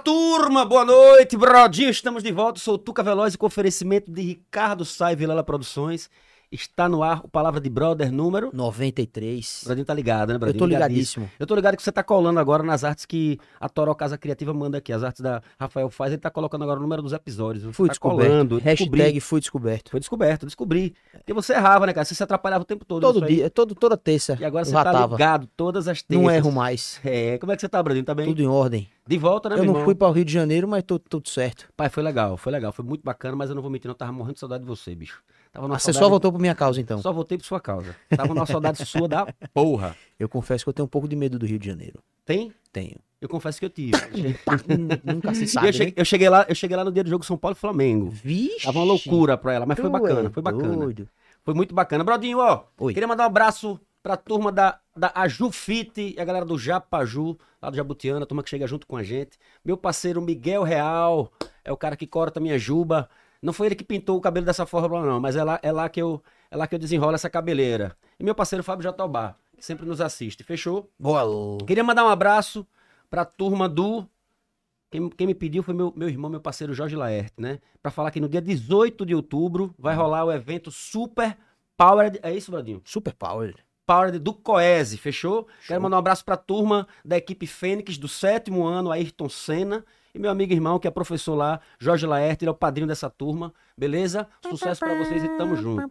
turma, boa noite, brodinho, estamos de volta, sou o Tuca Veloz com oferecimento de Ricardo Sá e Vilela Produções. Está no ar o Palavra de Brother número 93. O Brodinho tá ligado, né, Brodinho? Eu tô ligadíssimo. Eu tô ligado que você tá colando agora nas artes que a Toró Casa Criativa manda aqui. As artes da Rafael faz, ele tá colocando agora o número dos episódios. Você Fui tá descoberto. colando, Hashtag fui descoberto. Foi descoberto, descobri. Porque você errava, né, cara? Você se atrapalhava o tempo todo. Todo nisso aí. dia, toda terça. E agora eu você já tá tava. ligado todas as terças. Não erro mais. É, como é que você tá, Brodinho? Tá bem? Tudo em ordem. De volta, né, Eu meu não irmão? fui para o Rio de Janeiro, mas tô tudo certo. Pai, foi legal, foi muito bacana, mas eu não vou mentir, não, eu tava morrendo de saudade de você, bicho. Tava numa Você saudade... só voltou por minha causa, então. Só voltei por sua causa. Tava numa saudade sua da porra. Eu confesso que eu tenho um pouco de medo do Rio de Janeiro. Tem? Tenho. Eu confesso que eu tive. Nunca se E sabe, eu cheguei lá no dia do jogo São Paulo e Flamengo. Vixe. Tava uma loucura pra ela, mas foi bacana, foi bacana. Doido. Foi muito bacana. Brodinho, ó, Oi. queria mandar um abraço pra turma da Aju Fit e a galera do Japaju, lá do Jabutiana, a turma que chega junto com a gente. Meu parceiro Miguel Real, é o cara que corta minha juba. Não foi ele que pintou o cabelo dessa forma, não, mas é lá que eu desenrolo essa cabeleira. E meu parceiro Fábio Jatobá, que sempre nos assiste. Fechou? Boa. Queria mandar um abraço pra turma do... Quem me pediu foi meu irmão, meu parceiro Jorge Laerte, né? Pra falar que no dia 18 de outubro vai rolar o evento Super Powered... É isso, Brodinho? Super Power. Powered do Coese, fechou? Quero mandar um abraço pra turma da equipe Fênix do 7º ano, Ayrton Senna. E meu amigo e irmão, que é professor lá, Jorge Laerte, ele é o padrinho dessa turma. Beleza? Sucesso pra vocês e tamo junto.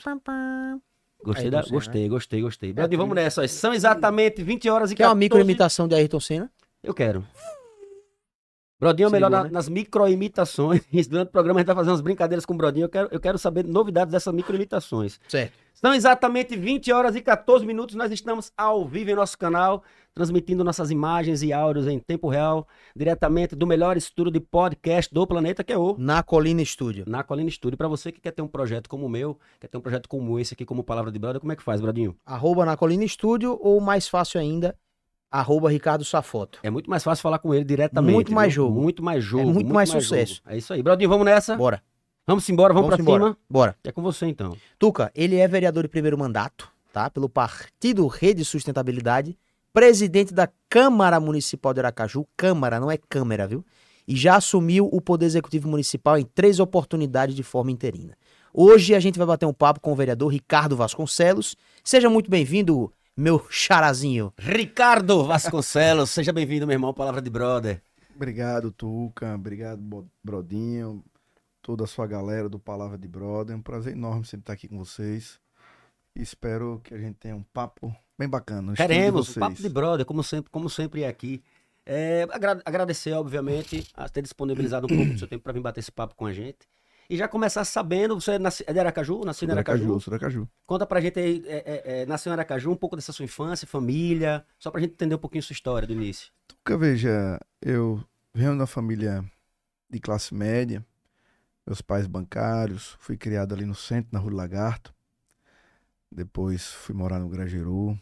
Gostei. Brodinho, vamos nessa. Ó. São exatamente 20 horas e 14... Quer uma microimitação de Ayrton Senna? Eu quero. Brodinho é o melhor ligou, né? nas microimitações. Durante o programa a gente vai fazer umas brincadeiras com o Brodinho. Eu quero saber novidades dessas microimitações. Certo. São exatamente 20 horas e 14 minutos. Nós estamos ao vivo em nosso canal, transmitindo nossas imagens e áudios em tempo real, diretamente do melhor estúdio de podcast do planeta, que é o Na Colina Estúdio. Na Colina Estúdio. Para você que quer ter um projeto como o meu, quer ter um projeto como esse aqui, como Palavra de Brother, como é que faz, Brodinho? @ Na Colina Estúdio ou mais fácil ainda, @ Ricardo Safoto. É muito mais fácil falar com ele diretamente. Muito mais viu? jogo. Muito mais jogo. É muito mais sucesso. Jogo. É isso aí. Brodinho, vamos nessa? Bora. Vamos embora, vamos pra embora. cima? Bora. É com você, então. Tuca, ele é vereador de primeiro mandato, tá? Pelo Partido Rede Sustentabilidade, presidente da Câmara Municipal de Aracaju, Câmara, não é Câmara, viu? E já assumiu o Poder Executivo Municipal em 3 oportunidades de forma interina. Hoje a gente vai bater um papo com o vereador Ricardo Vasconcelos. Seja muito bem-vindo, meu charazinho. Ricardo Vasconcelos, seja bem-vindo, meu irmão, Palavra de Brother. Obrigado, Tuca. Obrigado, Brodinho. Toda a sua galera do Palavra de Brother. É um prazer enorme sempre estar aqui com vocês. E espero que a gente tenha um papo bem bacana. no estúdio de Queremos, vocês. papo de brother, como sempre é aqui. Agradecer, obviamente, a ter disponibilizado um pouco do seu tempo para vir bater esse papo com a gente. E já começar sabendo, você é de Aracaju? Nasceu em Aracaju? Sou de Aracaju. Conta pra gente aí, nasceu em Aracaju, um pouco dessa sua infância, família, só pra gente entender um pouquinho sua história do início. Tuca, veja, eu venho de uma família de classe média. Meus pais bancários. Fui criado ali no centro, na Rua do Lagarto. Depois fui morar no Grajaú.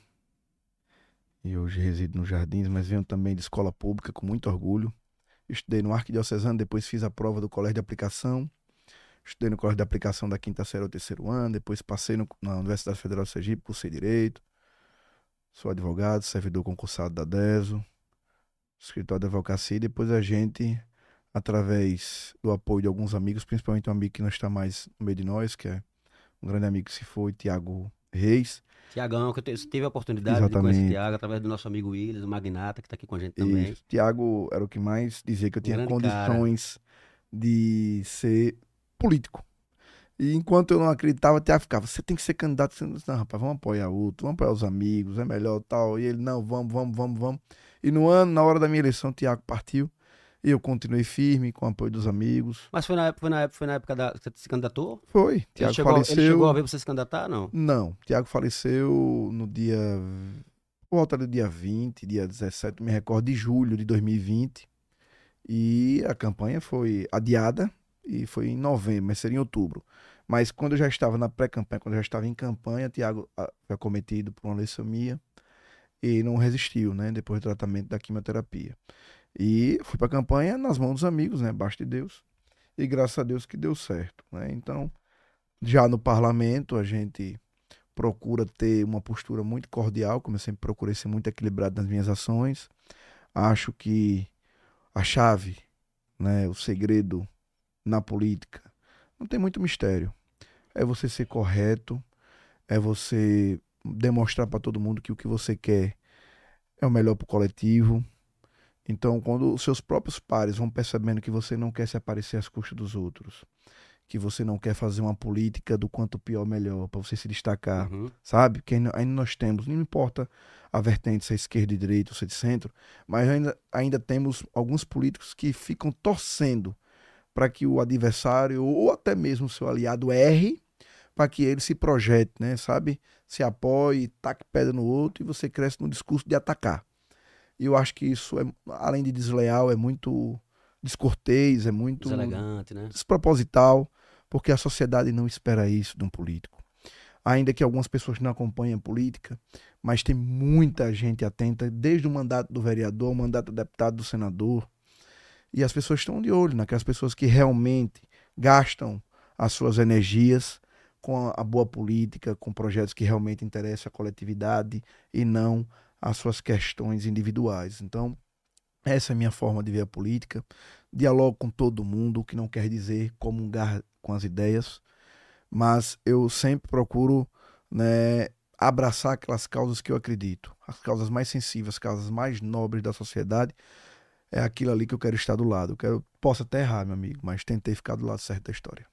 E hoje resido nos Jardins, mas venho também de escola pública com muito orgulho. Estudei no Arquidiocesano, depois fiz a prova do Colégio de Aplicação. Estudei no Colégio de Aplicação da 5ª série ao 3º ano. Depois passei na Universidade Federal de Sergipe, cursei Direito. Sou advogado, servidor concursado da DESO. Escritório de advocacia. E depois a gente, através do apoio de alguns amigos, principalmente um amigo que não está mais no meio de nós, que é um grande amigo que se foi, Tiago Reis. Tiagão, que eu tive a oportunidade de Exatamente. conhecer o Tiago através do nosso amigo Willis, o Magnata, que tá aqui com a gente também. E Tiago era o que mais dizia que eu tinha Grande condições de ser político. E enquanto eu não acreditava, Tiago ficava, você tem que ser candidato. Eu disse, não, rapaz, vamos apoiar outro, vamos apoiar os amigos, é melhor tal. E ele, não, vamos. E no ano, na hora da minha eleição, Tiago partiu. E eu continuei firme com o apoio dos amigos. Mas foi na época que você se candidatou? Foi. Tiago faleceu. Ele chegou a ver você se candidatar, não? Não. Tiago faleceu no dia... Por volta do dia 20, dia 17, me recordo, de julho de 2020. E a campanha foi adiada e foi em novembro, mas seria em outubro. Mas quando eu já estava na pré-campanha, quando eu já estava em campanha, Tiago foi acometido por uma leucemia e não resistiu, né? Depois do tratamento da quimioterapia. E fui para a campanha nas mãos dos amigos, né? Basta de Deus. E graças a Deus que deu certo, né? Então, já no parlamento, a gente procura ter uma postura muito cordial, como eu sempre procurei ser muito equilibrado nas minhas ações. Acho que a chave né, o segredo na política, não tem muito mistério. É você ser correto, é você demonstrar para todo mundo que o que você quer é o melhor para o coletivo. Então, quando os seus próprios pares vão percebendo que você não quer se aparecer às custas dos outros, que você não quer fazer uma política do quanto pior melhor, para você se destacar, sabe? Que ainda nós temos, não importa a vertente, se é esquerda e direita ou se é de centro, mas ainda temos alguns políticos que ficam torcendo para que o adversário ou até mesmo o seu aliado erre, para que ele se projete, né? Sabe? Se apoie, taque pedra no outro e você cresce no discurso de atacar. E eu acho que isso, além de desleal, é muito descortês, é muito Deselegante, né? desproposital, porque a sociedade não espera isso de um político. Ainda que algumas pessoas não acompanhem a política, mas tem muita gente atenta, desde o mandato do vereador, o mandato do deputado, do senador, e as pessoas estão de olho naquelas pessoas que realmente gastam as suas energias com a boa política, com projetos que realmente interessam a coletividade e não as suas questões individuais. Então, essa é a minha forma de ver a política. Dialogo com todo mundo, o que não quer dizer comungar com as ideias, mas eu sempre procuro, né, abraçar aquelas causas que eu acredito. As causas mais sensíveis, as causas mais nobres da sociedade, é aquilo ali que eu quero estar do lado. Posso até errar, meu amigo, mas tentei ficar do lado certo da história.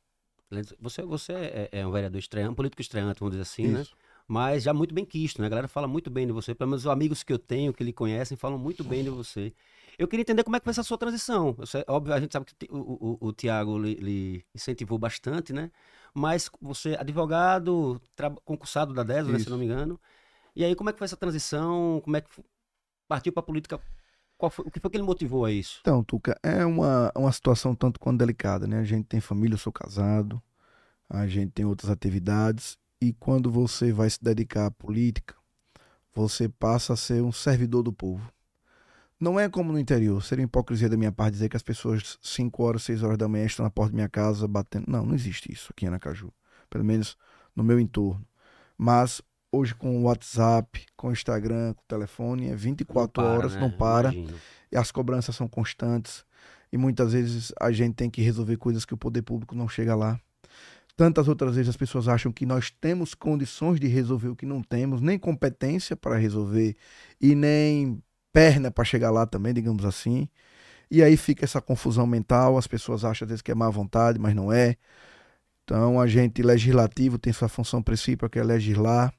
Você é um vereador estreante, um político estreante, vamos dizer assim, né? Isso. Mas já muito bem quisto, né? A galera fala muito bem de você, pelo menos os amigos que eu tenho, que lhe conhecem, falam muito bem de você. Eu queria entender como é que foi essa sua transição. Óbvio, a gente sabe que o Tiago lhe incentivou bastante, né? Mas você, advogado, concursado da DESO, né, se não me engano. E aí, como é que foi essa transição? Como é que partiu para a política? O que foi que ele motivou a isso? Então, Tuca, é uma situação tanto quanto delicada, né? A gente tem família, eu sou casado, a gente tem outras atividades, e quando você vai se dedicar à política, você passa a ser um servidor do povo. Não é como no interior, seria hipocrisia da minha parte dizer que as pessoas 5 horas, 6 horas da manhã estão na porta da minha casa batendo. Não, não existe isso aqui em Aracaju, pelo menos no meu entorno. Mas hoje com o WhatsApp, com o Instagram, com o telefone, é 24 horas, né? não para, Imagino. e as cobranças são constantes, e muitas vezes a gente tem que resolver coisas que o poder público não chega lá. Tantas outras vezes as pessoas acham que nós temos condições de resolver o que não temos, nem competência para resolver e nem perna para chegar lá também, digamos assim. E aí fica essa confusão mental, as pessoas acham às vezes que é má vontade, mas não é. Então a gente legislativo tem sua função principal, que é legislar,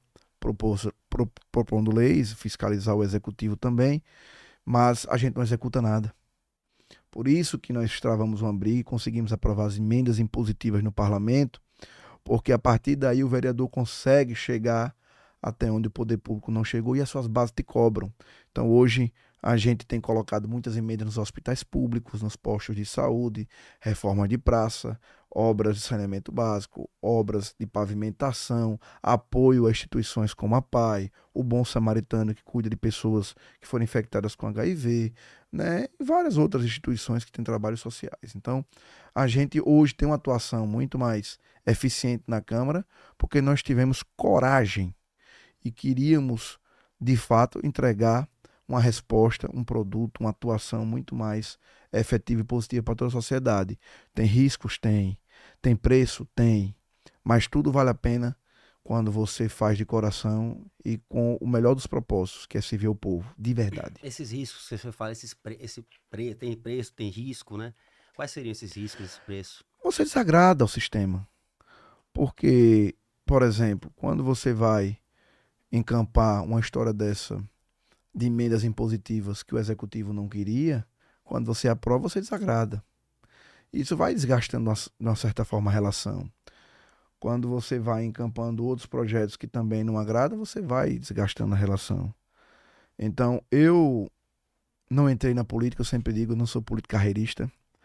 propondo leis, fiscalizar o executivo também, mas a gente não executa nada. Por isso que nós travamos uma briga e conseguimos aprovar as emendas impositivas no parlamento, porque a partir daí o vereador consegue chegar até onde o poder público não chegou e as suas bases te cobram. Então hoje a gente tem colocado muitas emendas nos hospitais públicos, nos postos de saúde, reforma de praça, obras de saneamento básico, obras de pavimentação, apoio a instituições como a PAI, o Bom Samaritano, que cuida de pessoas que foram infectadas com HIV, né? E várias outras instituições que têm trabalhos sociais. Então, a gente hoje tem uma atuação muito mais eficiente na Câmara, porque nós tivemos coragem e queríamos, de fato, entregar uma resposta, um produto, uma atuação muito mais efetiva e positiva para toda a sociedade. Tem riscos? Tem. Tem preço? Tem. Mas tudo vale a pena quando você faz de coração e com o melhor dos propósitos, que é servir o povo, de verdade. Esses riscos que você fala, tem preço, tem risco, né? Quais seriam esses riscos, esses preços? Você desagrada ao sistema. Porque, por exemplo, quando você vai encampar uma história dessa de emendas impositivas que o executivo não queria, quando você aprova, você desagrada. Isso vai desgastando, de uma certa forma, a relação. Quando você vai encampando outros projetos que também não agradam, você vai desgastando a relação. Então, eu não entrei na política, eu sempre digo, eu não sou político carreirista.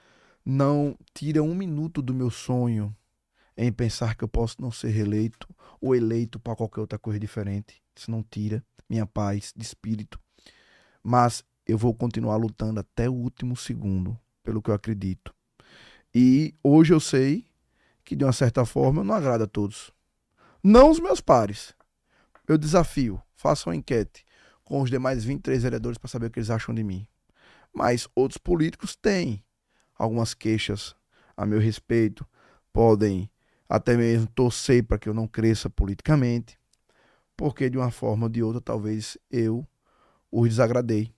Não tira um minuto do meu sonho em pensar que eu posso não ser reeleito ou eleito para qualquer outra coisa diferente. Isso não tira minha paz de espírito. Mas eu vou continuar lutando até o último segundo pelo que eu acredito. E hoje eu sei que, de uma certa forma, eu não agrado a todos. Não os meus pares. Eu desafio, façam uma enquete com os demais 23 vereadores para saber o que eles acham de mim. Mas outros políticos têm algumas queixas a meu respeito, podem até mesmo torcer para que eu não cresça politicamente, porque de uma forma ou de outra talvez eu os desagradei.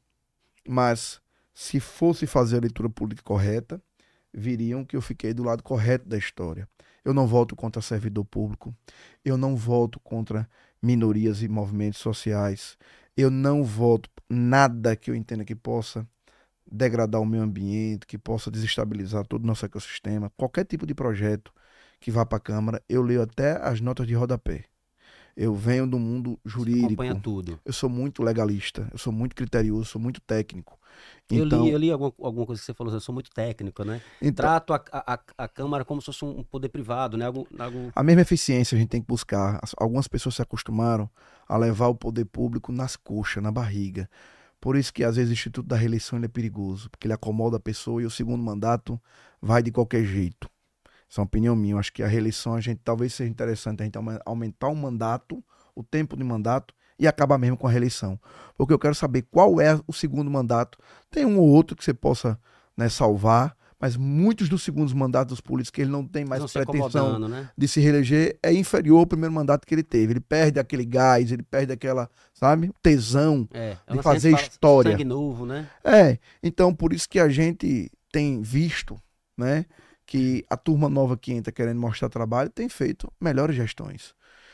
Mas se fosse fazer a leitura política correta, viriam que eu fiquei do lado correto da história. Eu não voto contra servidor público, eu não voto contra minorias e movimentos sociais, eu não voto nada que eu entenda que possa degradar o meio ambiente, que possa desestabilizar todo o nosso ecossistema, qualquer tipo de projeto que vá para a Câmara, eu leio até as notas de rodapé. Eu venho do mundo Você jurídico, acompanha tudo. eu sou muito legalista, eu sou muito criterioso, sou muito técnico. Eu Então, li alguma coisa que você falou, eu sou muito técnico, né? então Trato a Câmara como se fosse um poder privado, né? a mesma eficiência a gente tem que buscar. Algumas pessoas se acostumaram a levar o poder público nas coxas, na barriga. Por isso que às vezes o Instituto da Reeleição ele é perigoso, porque ele acomoda a pessoa e o segundo mandato vai de qualquer jeito. Essa é uma opinião minha. Eu acho que a reeleição a gente talvez seja interessante a gente aumentar o mandato, o tempo de mandato e acabar mesmo com a reeleição. Porque eu quero saber qual é o segundo mandato. Tem um ou outro que você possa, né, salvar, mas muitos dos segundos mandatos dos políticos que ele não tem mais não se pretensão acomodando, né? de se reeleger é inferior ao primeiro mandato que ele teve. Ele perde aquele gás, ele perde aquela, sabe, tesão É de uma fazer fala, história. sangue novo, né? Então por isso que a gente tem visto, né, que a turma nova que entra querendo mostrar trabalho tem feito melhores gestões.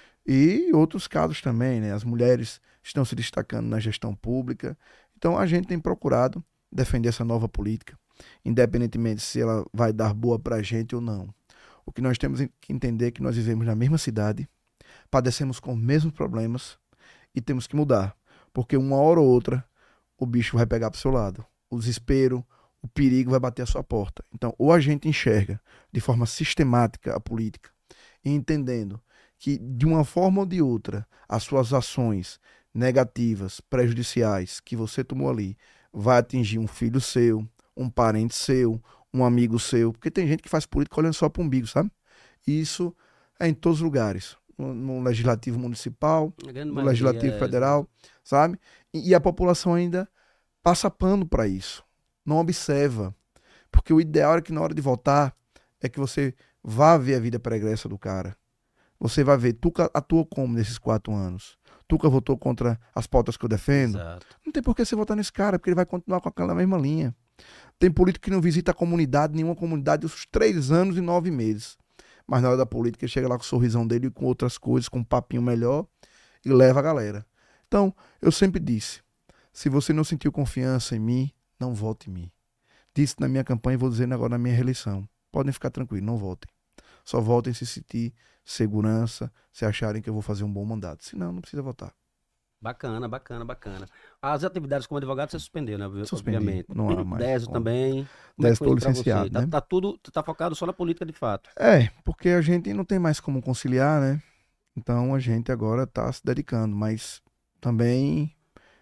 E outros casos também, né? As mulheres estão se destacando na gestão pública. Então a gente tem procurado defender essa nova política, independentemente se ela vai dar boa pra gente ou não. O que nós temos que entender é que nós vivemos na mesma cidade, padecemos com os mesmos problemas e temos que mudar. Porque uma hora ou outra o bicho vai pegar pro seu lado. O desespero, o perigo vai bater à sua porta. Então, ou a gente enxerga de forma sistemática a política, e entendendo que, de uma forma ou de outra, as suas ações negativas, prejudiciais que você tomou ali, vai atingir um filho seu, um parente seu, um amigo seu, porque tem gente que faz política olhando só para o umbigo, sabe? E isso é em todos os lugares, no legislativo municipal, A grande no maioria legislativo federal, sabe? E a população ainda passa pano para isso, não observa, porque o ideal é que na hora de votar é que você vá ver a vida pregressa do cara. Você vai ver, Tuca atuou como nesses 4 anos? Tuca votou contra as pautas que eu defendo? Exato. Não tem por que você votar nesse cara, porque ele vai continuar com aquela mesma linha. Tem político que não visita a comunidade, nenhuma comunidade, os 3 anos e 9 meses. Mas na hora da política, ele chega lá com o sorrisão dele, com outras coisas, com um papinho melhor, e leva a galera. Então, eu sempre disse, se você não sentiu confiança em mim, não vote em mim. Disse na minha campanha e vou dizer agora na minha reeleição. Podem ficar tranquilos, não votem. Só votem se sentir segurança, se acharem que eu vou fazer um bom mandato. Senão, não precisa votar. Bacana, bacana, bacana. As atividades como advogado você suspendeu, né? Suspendi, Obviamente. não há mais Deso como. também. Como é que Deso foi estou isso pra licenciado, você? né? Tá tudo, tá focado só na política de fato. Porque a gente não tem mais como conciliar, né? Então a gente agora está se dedicando, mas também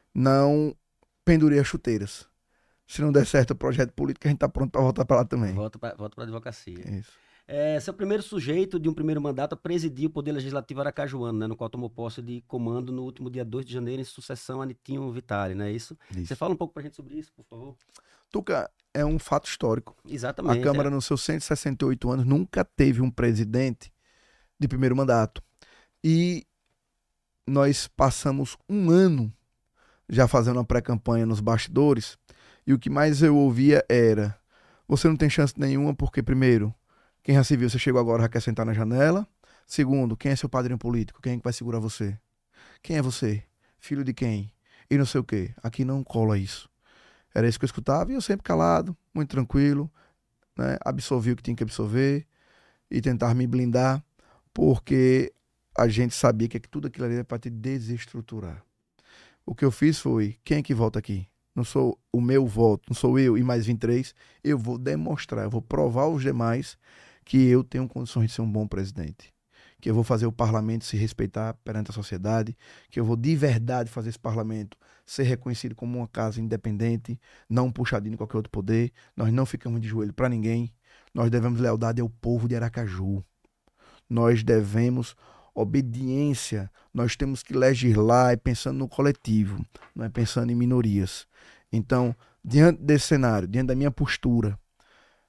não pendurei as chuteiras. Se não der certo o projeto político, a gente está pronto para voltar para lá também. Volta pra advocacia. Isso. Você é o primeiro sujeito de um primeiro mandato a presidir o Poder Legislativo aracajuano, né? No qual tomou posse de comando no último dia 2 de janeiro, em sucessão a Nitinho Vitale, não é isso? Você fala um pouco pra gente sobre isso, por favor? Tuca, é um fato histórico. Exatamente. A Câmara, nos seus 168 anos, nunca teve um presidente de primeiro mandato. E nós passamos um ano já fazendo uma pré-campanha nos bastidores, e o que mais eu ouvia era: você não tem chance nenhuma porque, primeiro, quem já se viu, você chegou agora, já quer sentar na janela. Segundo, quem é seu padrinho político? Quem é que vai segurar você? Quem é você? Filho de quem? E não sei o quê. Aqui não cola isso. Era isso que eu escutava e eu sempre calado, muito tranquilo, né? Absorvi o que tinha que absorver e tentar me blindar, porque a gente sabia que tudo aquilo ali era para te desestruturar. O que eu fiz foi: quem é que vota aqui? Não sou o meu voto, não sou eu e mais 23. Eu vou demonstrar, eu vou provar aos demais que eu tenho condições de ser um bom presidente. Que eu vou fazer o parlamento se respeitar perante a sociedade, que eu vou de verdade fazer esse parlamento ser reconhecido como uma casa independente, não puxadinho de qualquer outro poder. Nós não ficamos de joelho para ninguém. Nós devemos lealdade ao povo de Aracaju. Nós devemos obediência. Nós temos que legislar pensando no coletivo, não é pensando em minorias. Então, diante desse cenário, diante da minha postura,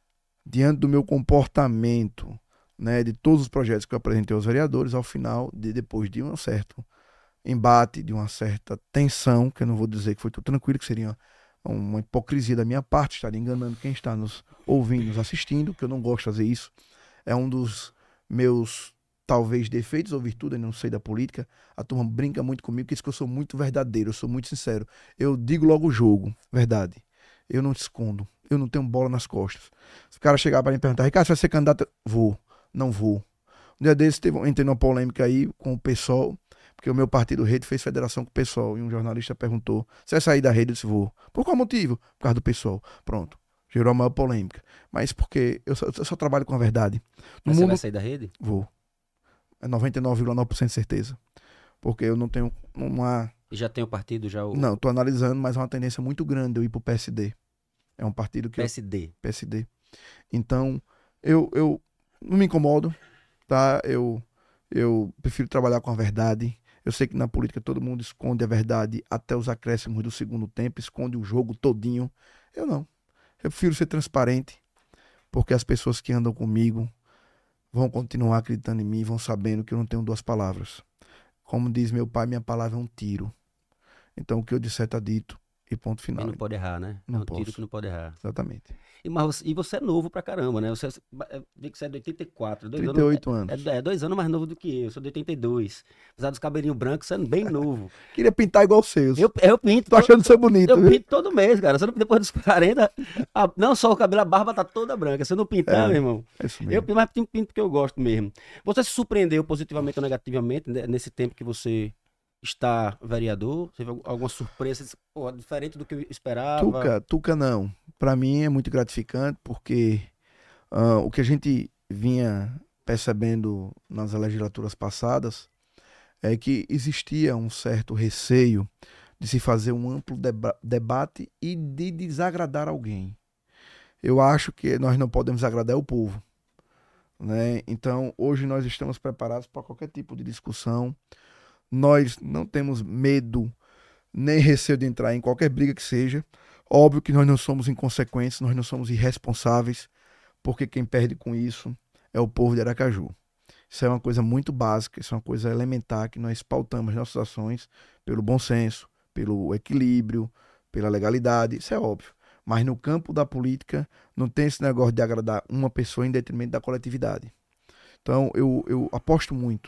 diante do meu comportamento, né, de todos os projetos que eu apresentei aos vereadores, ao final, depois de um certo embate, de uma certa tensão, que eu não vou dizer que foi tudo tranquilo, que seria uma hipocrisia da minha parte, estaria enganando quem está nos ouvindo, nos assistindo, que eu não gosto de fazer isso. É um dos meus, talvez, defeitos ou virtudes, não sei, da política. A turma brinca muito comigo, que diz que eu sou muito verdadeiro, eu sou muito sincero. Eu digo logo o jogo, verdade. Eu não te escondo, eu não tenho bola nas costas. Se o cara chegar para mim e perguntar, Ricardo, você vai ser candidato? Vou, não vou. Um dia desses, entrei numa polêmica aí com o PSOL, porque o meu partido Rede fez federação com o PSOL, e um jornalista perguntou, você vai sair da Rede? Eu disse, vou. Por qual motivo? Por causa do PSOL. Pronto. Gerou a maior polêmica. Mas porque eu só trabalho com a verdade. Mas você vai sair da Rede? Vou. É 99,9% de certeza. Porque eu não tenho uma... E já tem o partido? Não, tô analisando, mas é uma tendência muito grande eu ir pro PSD. É um partido que... PSD. PSD. Então, eu não me incomodo, tá? Eu prefiro trabalhar com a verdade. Eu sei que na política todo mundo esconde a verdade até os acréscimos do segundo tempo, esconde o jogo todinho. Eu não. Eu prefiro ser transparente, porque as pessoas que andam comigo vão continuar acreditando em mim, vão sabendo que eu não tenho duas palavras. Como diz meu pai, minha palavra é um tiro. Então o que eu disser está dito e ponto final. E não pode errar, né? Não é um tiro posso. que não pode errar. Exatamente. E você é novo pra caramba, né? Você é de 84. 38 anos. 2 anos mais novo do que eu sou de 82. Apesar dos cabelinhos brancos, sendo bem novo. Queria pintar igual os seus. Eu pinto. Tô achando você bonito, Eu viu? pinto todo mês, cara. Depois dos 40, não só o cabelo, a barba tá toda branca. Se eu não pintar, meu irmão. É isso Eu mesmo. pinto, mas pinto porque eu gosto mesmo. Você se surpreendeu positivamente ou negativamente nesse tempo que você está vereador? Teve alguma surpresa? Pô, diferente do que eu esperava? Tuca não. Para mim é muito gratificante porque o que a gente vinha percebendo nas legislaturas passadas é que existia um certo receio de se fazer um amplo debate e de desagradar alguém. Eu acho que nós não podemos agradar o povo, né? Então, hoje nós estamos preparados para qualquer tipo de discussão. Nós não temos medo nem receio de entrar em qualquer briga que seja. Óbvio que nós não somos inconsequentes, nós não somos irresponsáveis, porque quem perde com isso é o povo de Aracaju. Isso é uma coisa muito básica, isso é uma coisa elementar, que nós pautamos nossas ações pelo bom senso, pelo equilíbrio, pela legalidade, isso é óbvio. Mas no campo da política não tem esse negócio de agradar uma pessoa em detrimento da coletividade. Então eu aposto muito.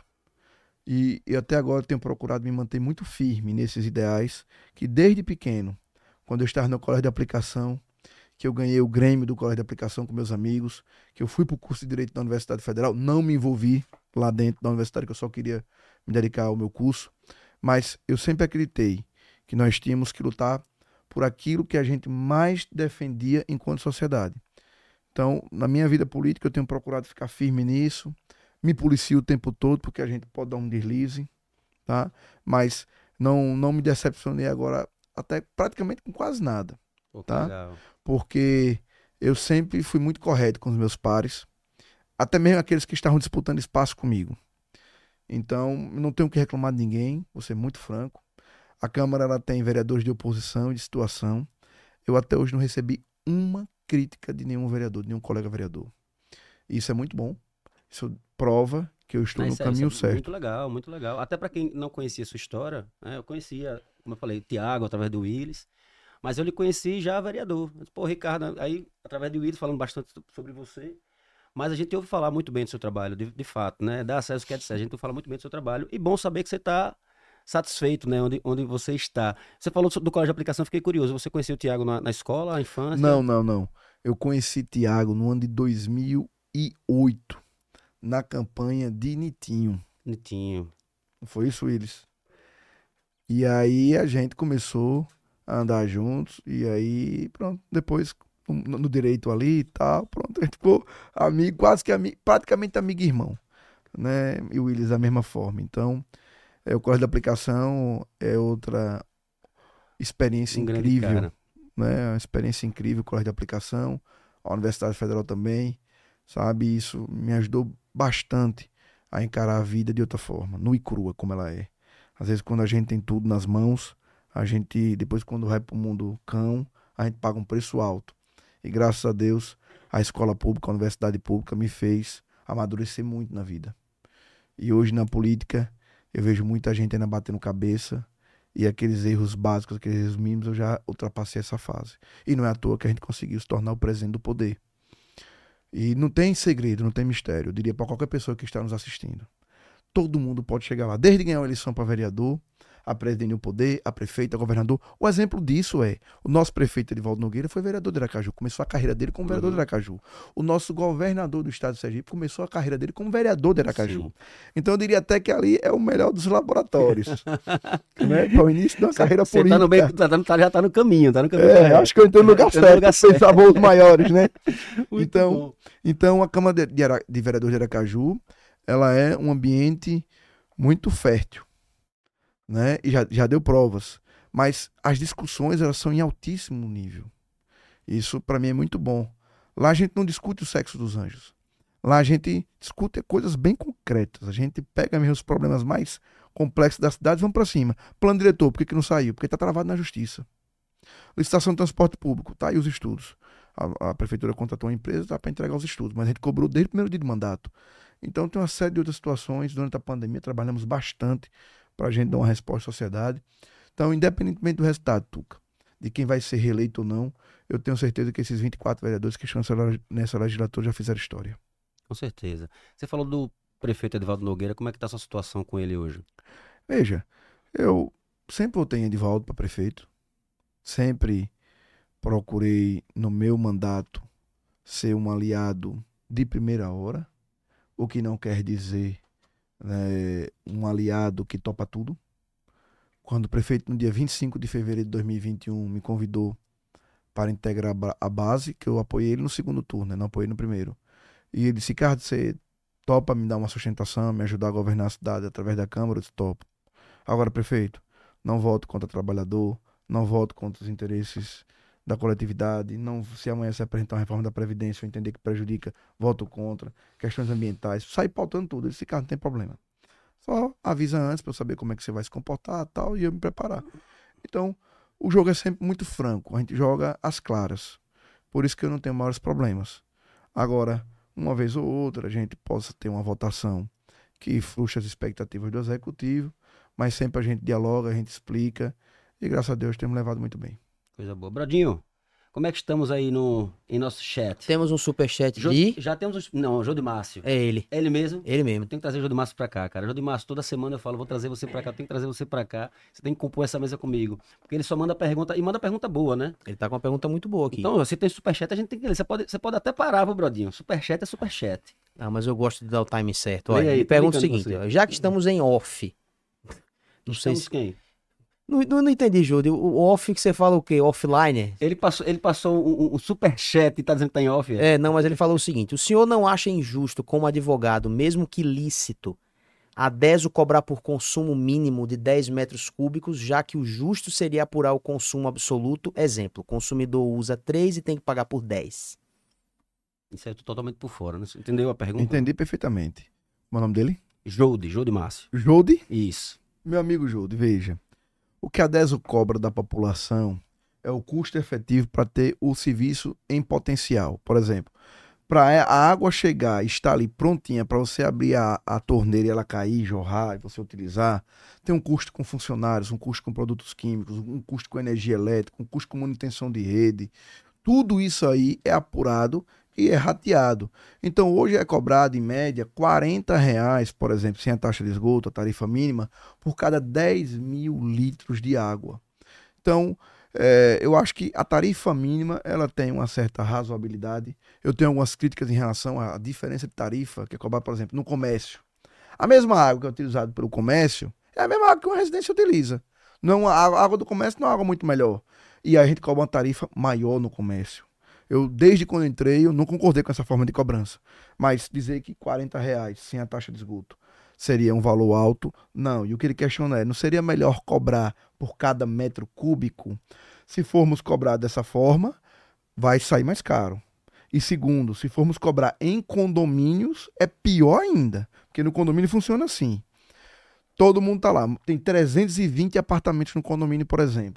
E até agora tenho procurado me manter muito firme nesses ideais, que desde pequeno, quando eu estava no colégio de aplicação, que eu ganhei o Grêmio do colégio de aplicação com meus amigos, que eu fui para o curso de Direito da Universidade Federal, não me envolvi lá dentro da universidade, que eu só queria me dedicar ao meu curso, mas eu sempre acreditei que nós tínhamos que lutar por aquilo que a gente mais defendia enquanto sociedade. Então, na minha vida política, eu tenho procurado ficar firme nisso, me policio o tempo todo, porque a gente pode dar um deslize, tá? Mas não me decepcionei agora, até praticamente com quase nada, Pô, que tá? legal. Porque eu sempre fui muito correto com os meus pares, até mesmo aqueles que estavam disputando espaço comigo. Então, não tenho que reclamar de ninguém, vou ser muito franco. A Câmara ela tem vereadores de oposição e de situação. Eu até hoje não recebi uma crítica de nenhum vereador, de nenhum colega vereador. Isso é muito bom. Isso prova que eu estou no caminho certo. Muito legal, muito legal. Até para quem não conhecia a sua história, né, eu conhecia, como eu falei, Tiago, através do Willis, mas eu lhe conheci já vereador. Pô, Ricardo, aí, através do Willis, falando bastante sobre você, mas a gente ouve falar muito bem do seu trabalho, de fato, né? Dá acesso, quer dizer, a gente fala muito bem do seu trabalho, e bom saber que você está satisfeito, né? Onde você está. Você falou do colégio de aplicação, fiquei curioso. Você conheceu o Tiago na escola, na infância? Não. Eu conheci Tiago no ano de 2008, na campanha de Nitinho. Nitinho. Não foi isso, Willis? E aí a gente começou a andar juntos, e aí, pronto, depois no direito ali e tal, pronto, a gente ficou amigo, quase que amigo, praticamente amigo e irmão, né? E o Willis da mesma forma. Então, o colégio de aplicação é outra experiência incrível, né? Uma experiência incrível, o colégio de aplicação, a Universidade Federal também, sabe? Isso me ajudou bastante a encarar a vida de outra forma, nua e crua como ela é. Às vezes quando a gente tem tudo nas mãos, a gente, depois quando vai pro mundo cão, a gente paga um preço alto. E graças a Deus, a escola pública, a universidade pública me fez amadurecer muito na vida. E hoje na política eu vejo muita gente ainda batendo cabeça e aqueles erros básicos, aqueles erros mínimos, eu já ultrapassei essa fase. E não é à toa que a gente conseguiu se tornar o presidente do poder. E não tem segredo, não tem mistério. Eu diria para qualquer pessoa que está nos assistindo. Todo mundo pode chegar lá, desde ganhar uma eleição para vereador, a presidente do poder, a prefeita, a governador. O exemplo disso é, o nosso prefeito Edivaldo Nogueira foi vereador de Aracaju, começou a carreira dele como vereador de Aracaju. O nosso governador do estado de Sergipe começou a carreira dele como vereador de Aracaju. Sim. Então eu diria até que ali é o melhor dos laboratórios. Né? Para o início da carreira Você política. tá no meio, já tá no caminho, tá no caminho. Acho que eu entrei no lugar Tá no certo, lugar pensar voos maiores, né? Muito Então, bom. Então, a Câmara de Vereadores de Aracaju, ela é um ambiente muito fértil, né? E já deu provas. Mas as discussões, elas são em altíssimo nível. Isso, para mim, é muito bom. Lá a gente não discute o sexo dos anjos. Lá a gente discute coisas bem concretas. A gente pega mesmo os problemas mais complexos da cidade e vamos para cima. Plano diretor, por que não saiu? Porque está travado na justiça. Licitação de transporte público, tá aí os estudos. A prefeitura contratou uma empresa, tá para entregar os estudos, mas a gente cobrou desde o primeiro dia de mandato. Então tem uma série de outras situações. Durante a pandemia trabalhamos bastante para a gente dar uma resposta à sociedade. Então, independentemente do resultado, Tuca, de quem vai ser reeleito ou não, eu tenho certeza que esses 24 vereadores que estão nessa legislatura já fizeram história. Com certeza. Você falou do prefeito Edivaldo Nogueira, como é que tá a sua situação com ele hoje? Veja, eu sempre votei em Edivaldo para prefeito, sempre procurei no meu mandato ser um aliado de primeira hora, o que não quer dizer, né, um aliado que topa tudo. Quando o prefeito, no dia 25 de fevereiro de 2021, me convidou para integrar a base, que eu apoiei ele no segundo turno, né, não apoiei no primeiro. E ele disse, Ricardo, você topa me dar uma sustentação, me ajudar a governar a cidade através da Câmara? Eu disse, topo. Agora, prefeito, não voto contra o trabalhador, não voto contra os interesses da coletividade, não, se amanhã se apresentar uma reforma da Previdência, eu entender que prejudica, voto contra, questões ambientais, sai pautando tudo. Ele disse, cara, não tem problema. Só avisa antes para eu saber como é que você vai se comportar tal, e eu me preparar. Então, o jogo é sempre muito franco, a gente joga às claras. Por isso que eu não tenho maiores problemas. Agora, uma vez ou outra, a gente possa ter uma votação que frustre as expectativas do executivo, mas sempre a gente dialoga, a gente explica, e graças a Deus temos levado muito bem. Coisa boa. Brodinho, como é que estamos aí em nosso chat? Temos um superchat de... Já temos Não, Jô de Márcio. É ele. É ele mesmo? Ele Eu mesmo. tenho que trazer o Jô de Márcio pra cá, cara. Jô de Márcio, toda semana eu falo, vou trazer você pra cá, eu tenho que trazer você pra cá. Você tem que compor essa mesa comigo. Porque ele só manda pergunta, e manda pergunta boa, né? Ele tá com uma pergunta muito boa aqui. Então, se tem superchat, a gente tem que ler. Você pode até parar, viu, Brodinho? Superchat é superchat. Ah, mas eu gosto de dar o time certo. Lê Olha, aí, ele tô pergunta o brincando com seguinte, você. ó, já que estamos em off, não sei Estamos se... quem? Não entendi, Júlio. O off que você fala o quê? Offline? Ele passou um superchat e tá dizendo que tá em off. É, não, mas ele falou o seguinte: o senhor não acha injusto, como advogado, mesmo que lícito, a DESO cobrar por consumo mínimo de 10 metros cúbicos, já que o justo seria apurar o consumo absoluto? Exemplo, o consumidor usa 3 e tem que pagar por 10. Isso aí eu tô totalmente por fora, né? Você entendeu a pergunta? Entendi perfeitamente. Qual é o nome dele? Jô de Márcio. Jode? Isso. Meu amigo Jode, veja. O que a DESO cobra da população é o custo efetivo para ter o serviço em potencial. Por exemplo, para a água chegar e estar ali prontinha para você abrir a torneira e ela cair, jorrar e você utilizar, tem um custo com funcionários, um custo com produtos químicos, um custo com energia elétrica, um custo com manutenção de rede. Tudo isso aí é apurado e é rateado. Então hoje é cobrado em média R$40, por exemplo, sem a taxa de esgoto, a tarifa mínima, por cada 10 mil litros de água. Então eu acho que a tarifa mínima ela tem uma certa razoabilidade. Eu tenho algumas críticas em relação à diferença de tarifa que é cobrada, por exemplo, no comércio. A mesma água que é utilizada pelo comércio é a mesma água que uma residência utiliza. Não, a água do comércio não é uma água muito melhor. E aí a gente cobra uma tarifa maior no comércio. Eu, desde quando entrei, eu não concordei com essa forma de cobrança. Mas dizer que R$40 sem a taxa de esgoto seria um valor alto, não. E o que ele questiona é, não seria melhor cobrar por cada metro cúbico? Se formos cobrar dessa forma, vai sair mais caro. E segundo, se formos cobrar em condomínios, é pior ainda. Porque no condomínio funciona assim. Todo mundo tá lá. Tem 320 apartamentos no condomínio, por exemplo.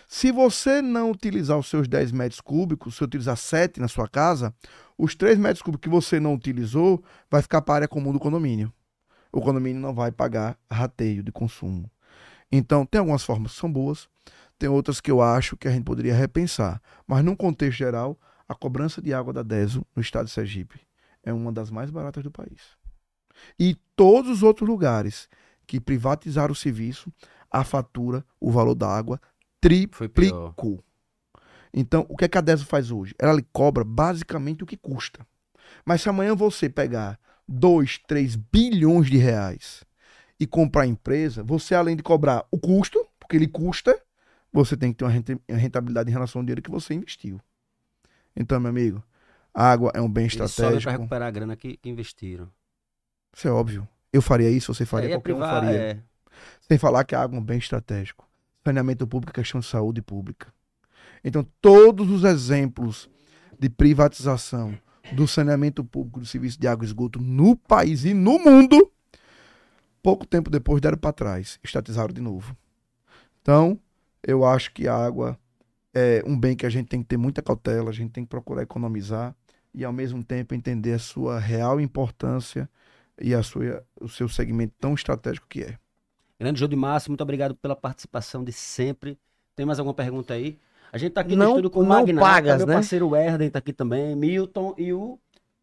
Se você não utilizar os seus 10 metros cúbicos, se utilizar 7 na sua casa, os 3 metros cúbicos que você não utilizou vai ficar para a área comum do condomínio. O condomínio não vai pagar rateio de consumo. Então, tem algumas formas que são boas, tem outras que eu acho que a gente poderia repensar. Mas, num contexto geral, a cobrança de água da DESO no estado de Sergipe é uma das mais baratas do país. E todos os outros lugares que privatizaram o serviço, a fatura, o valor da água triplicou. Então, o que é que a DESO faz hoje? Ela lhe cobra basicamente o que custa. Mas se amanhã você pegar 2, 3 bilhões de reais e comprar a empresa, você além de cobrar o custo, porque ele custa, você tem que ter uma rentabilidade em relação ao dinheiro que você investiu. Então, meu amigo, a água é um bem estratégico. Só para recuperar a grana que investiram. Isso é óbvio. Eu faria isso, você faria, qualquer um faria. Sem falar que a água é um bem estratégico. Saneamento público é questão de saúde pública. Então, todos os exemplos de privatização do saneamento público do serviço de água e esgoto no país e no mundo, pouco tempo depois deram para trás, estatizaram de novo. Então, eu acho que a água é um bem que a gente tem que ter muita cautela, a gente tem que procurar economizar e, ao mesmo tempo, entender a sua real importância e o seu segmento tão estratégico que é. Grande Jô de Márcio, muito obrigado pela participação de sempre. Tem mais alguma pergunta aí? A gente tá aqui no estúdio com o Magnata, meu parceiro Erden tá aqui também, Milton e o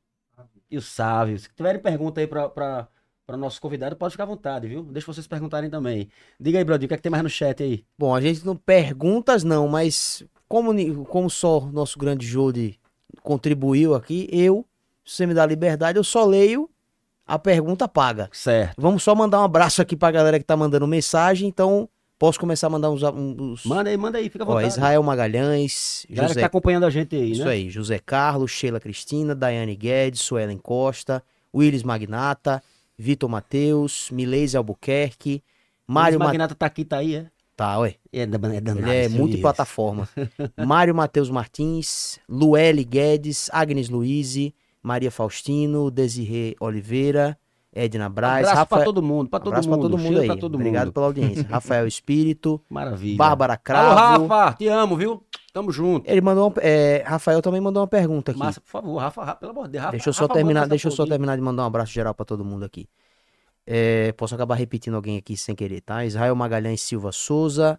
Sávio. Se tiverem pergunta aí para nosso convidado, pode ficar à vontade, viu? Deixa vocês perguntarem também. Diga aí, Brodinho, o que é que tem mais no chat aí? Bom, a gente não perguntas não, mas como só o nosso grande Jode contribuiu aqui, se você me dá liberdade, eu só leio a pergunta paga. Certo. Vamos só mandar um abraço aqui pra galera que tá mandando mensagem, então posso começar a mandar uns... Manda aí, fica à vontade. Israel Magalhães, galera que tá acompanhando a gente aí, Isso né? aí, José Carlos, Sheila Cristina, Daiane Guedes, Suelen Costa, Willis Magnata, Vitor Matheus, Mileise Albuquerque, Mário Magnata tá aqui, tá aí, é? Tá, ué. É danado. Ele é multiplataforma. Mário Matheus Martins, Lueli Guedes, Agnes Luize, Maria Faustino, Desirê Oliveira, Edna Braz. Abraço pra todo mundo, pra todo mundo aí. Obrigado pela audiência. Rafael Espírito. Maravilha. Bárbara Cravo. Alô, Rafa, te amo, viu? Tamo junto. Ele mandou Rafael também mandou uma pergunta aqui. Massa, por favor, Rafa, pelo amor de Deus. Deixa eu só terminar de mandar um abraço geral pra todo mundo aqui. Posso acabar repetindo alguém aqui sem querer, tá? Israel Magalhães Silva Souza,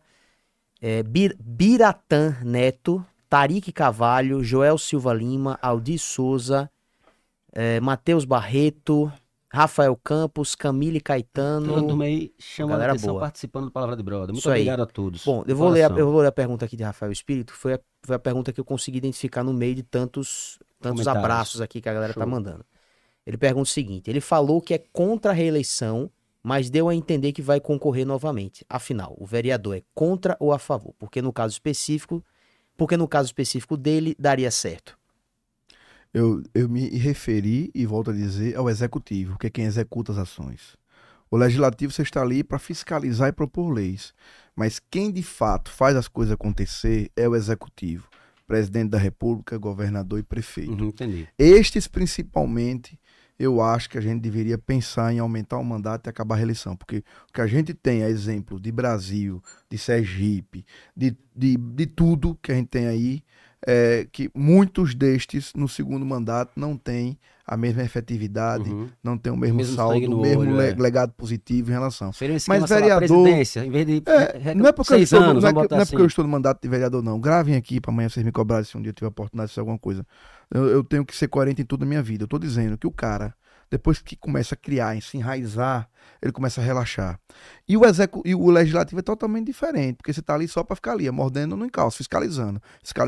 Biratã Neto, Tarik Cavalho, Joel Silva Lima, Aldir Souza, Matheus Barreto, Rafael Campos, Camille Caetano. Todo mundo aí chamando a atenção, boa. Participando do Palavra de Brother. Muito Isso aí. Obrigado a todos. Bom, eu vou ler a pergunta aqui de Rafael Espírito. Foi a pergunta que eu consegui identificar no meio de tantos abraços aqui que a galera tá mandando. Ele pergunta o seguinte: ele falou que é contra a reeleição, mas deu a entender que vai concorrer novamente. Afinal, o vereador é contra ou a favor? Porque no caso específico dele daria certo. Eu me referi, e volto a dizer, ao executivo, que é quem executa as ações. O legislativo, você está ali para fiscalizar e propor leis. Mas quem de fato faz as coisas acontecer é o executivo. Presidente da República, governador e prefeito. Entendi. Estes, principalmente, eu acho que a gente deveria pensar em aumentar o mandato e acabar a reeleição. Porque o que a gente tem é exemplo de Brasil, de Sergipe, de tudo que a gente tem aí, que muitos destes, no segundo mandato, não têm a mesma efetividade, não tem o mesmo saldo, o mesmo legado positivo em relação. Mas vereador, em vez de não é porque eu estou no mandato de vereador, não. Gravem aqui para amanhã vocês me cobrarem se um dia eu tiver a oportunidade de fazer alguma coisa. Eu tenho que ser coerente em toda a minha vida. Eu estou dizendo que o cara, depois que começa a criar, se enraizar, ele começa a relaxar. E o legislativo é totalmente diferente, porque você está ali só para ficar ali, mordendo no encalço, fiscalizando.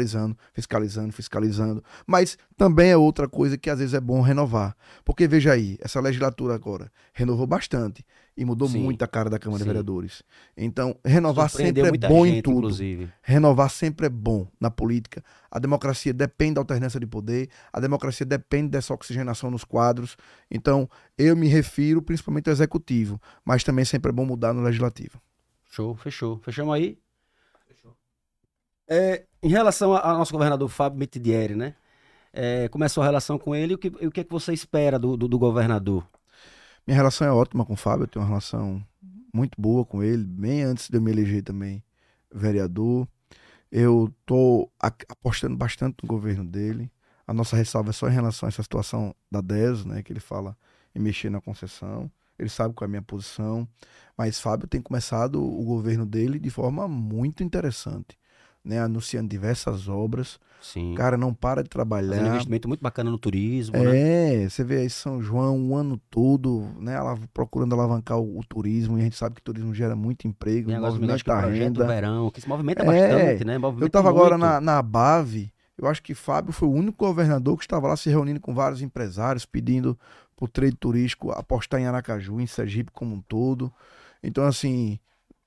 Mas também é outra coisa que às vezes é bom renovar. Porque veja aí, essa legislatura agora renovou bastante e mudou muito a cara da Câmara de Vereadores. Então, renovar sempre é bom em tudo. Inclusive. Renovar sempre é bom na política. A democracia depende da alternância de poder, a democracia depende dessa oxigenação nos quadros. Então, eu me refiro principalmente ao executivo, mas também sempre é bom mudar no legislativo. Show, fechou. Fechamos aí? Fechou. Em relação ao nosso governador Fábio Mitidieri, né? Começou a relação com ele, o que é que você espera do governador? Minha relação é ótima com o Fábio, eu tenho uma relação muito boa com ele, bem antes de eu me eleger também vereador. Eu tô apostando bastante no governo dele. A nossa ressalva é só em relação a essa situação da DES, né, que ele fala em mexer na concessão. Ele sabe qual é a minha posição. Mas Fábio tem começado o governo dele de forma muito interessante, né, anunciando diversas obras. O Sim. cara não para de Fazendo trabalhar. investimento muito bacana no turismo, né? Você vê aí São João um ano todo, né, procurando alavancar o turismo, e a gente sabe que o turismo gera muito emprego Tem e agora eu acho que o movimenta a projeto renda. Verão, que se movimenta bastante, É, né? eu Movimenta estava agora muito. na Bave, eu acho que Fábio foi o único governador que estava lá se reunindo com vários empresários, pedindo para o trade turístico apostar em Aracaju, em Sergipe como um todo. Então, assim,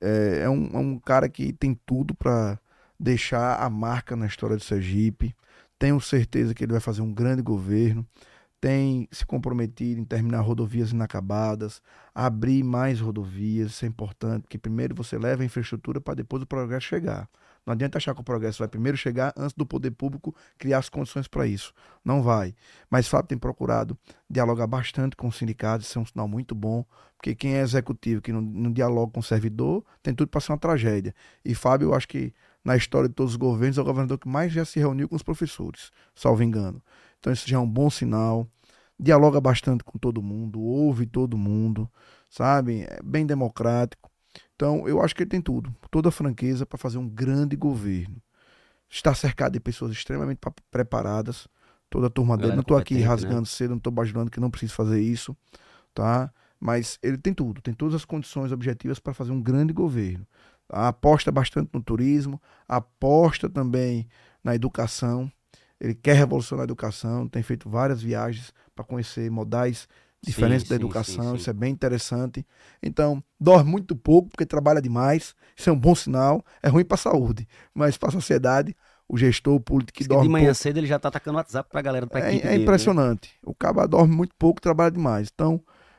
é um cara que tem tudo para deixar a marca na história de Sergipe. Tenho certeza que ele vai fazer um grande governo. Tem se comprometido em terminar rodovias inacabadas, abrir mais rodovias, isso é importante, porque primeiro você leva a infraestrutura para depois o progresso chegar. Não adianta achar que o progresso vai primeiro chegar antes do poder público criar as condições para isso. Não vai. Mas Fábio tem procurado dialogar bastante com os sindicatos, isso é um sinal muito bom, porque quem é executivo, que não dialoga com o servidor, tem tudo para ser uma tragédia. E Fábio, eu acho que na história de todos os governos, é o governador que mais já se reuniu com os professores, salvo engano. Então isso já é um bom sinal. Dialoga bastante com todo mundo, ouve todo mundo, sabe? É bem democrático. Então eu acho que ele tem tudo, toda a franqueza para fazer um grande governo. Está cercado de pessoas extremamente preparadas, toda a turma dele. Galera Não estou aqui competente, né? rasgando cedo, não estou bajulando que não preciso fazer isso, tá? Mas ele tem tudo, tem todas as condições objetivas para fazer um grande governo. Aposta bastante no turismo, aposta também na educação. Ele quer revolucionar a educação, tem feito várias viagens para conhecer modais Sim, diferentes da sim, sim, educação, sim. isso é bem interessante. Então, dorme muito pouco porque trabalha demais, isso é um bom sinal, é ruim para a saúde, mas para a sociedade, o gestor, o político que Diz que de dorme manhã pouco, cedo ele já tá atacando o WhatsApp pra galera, pra equipe é dele, né? impressionante. O cara dorme muito pouco, trabalha demais. Então,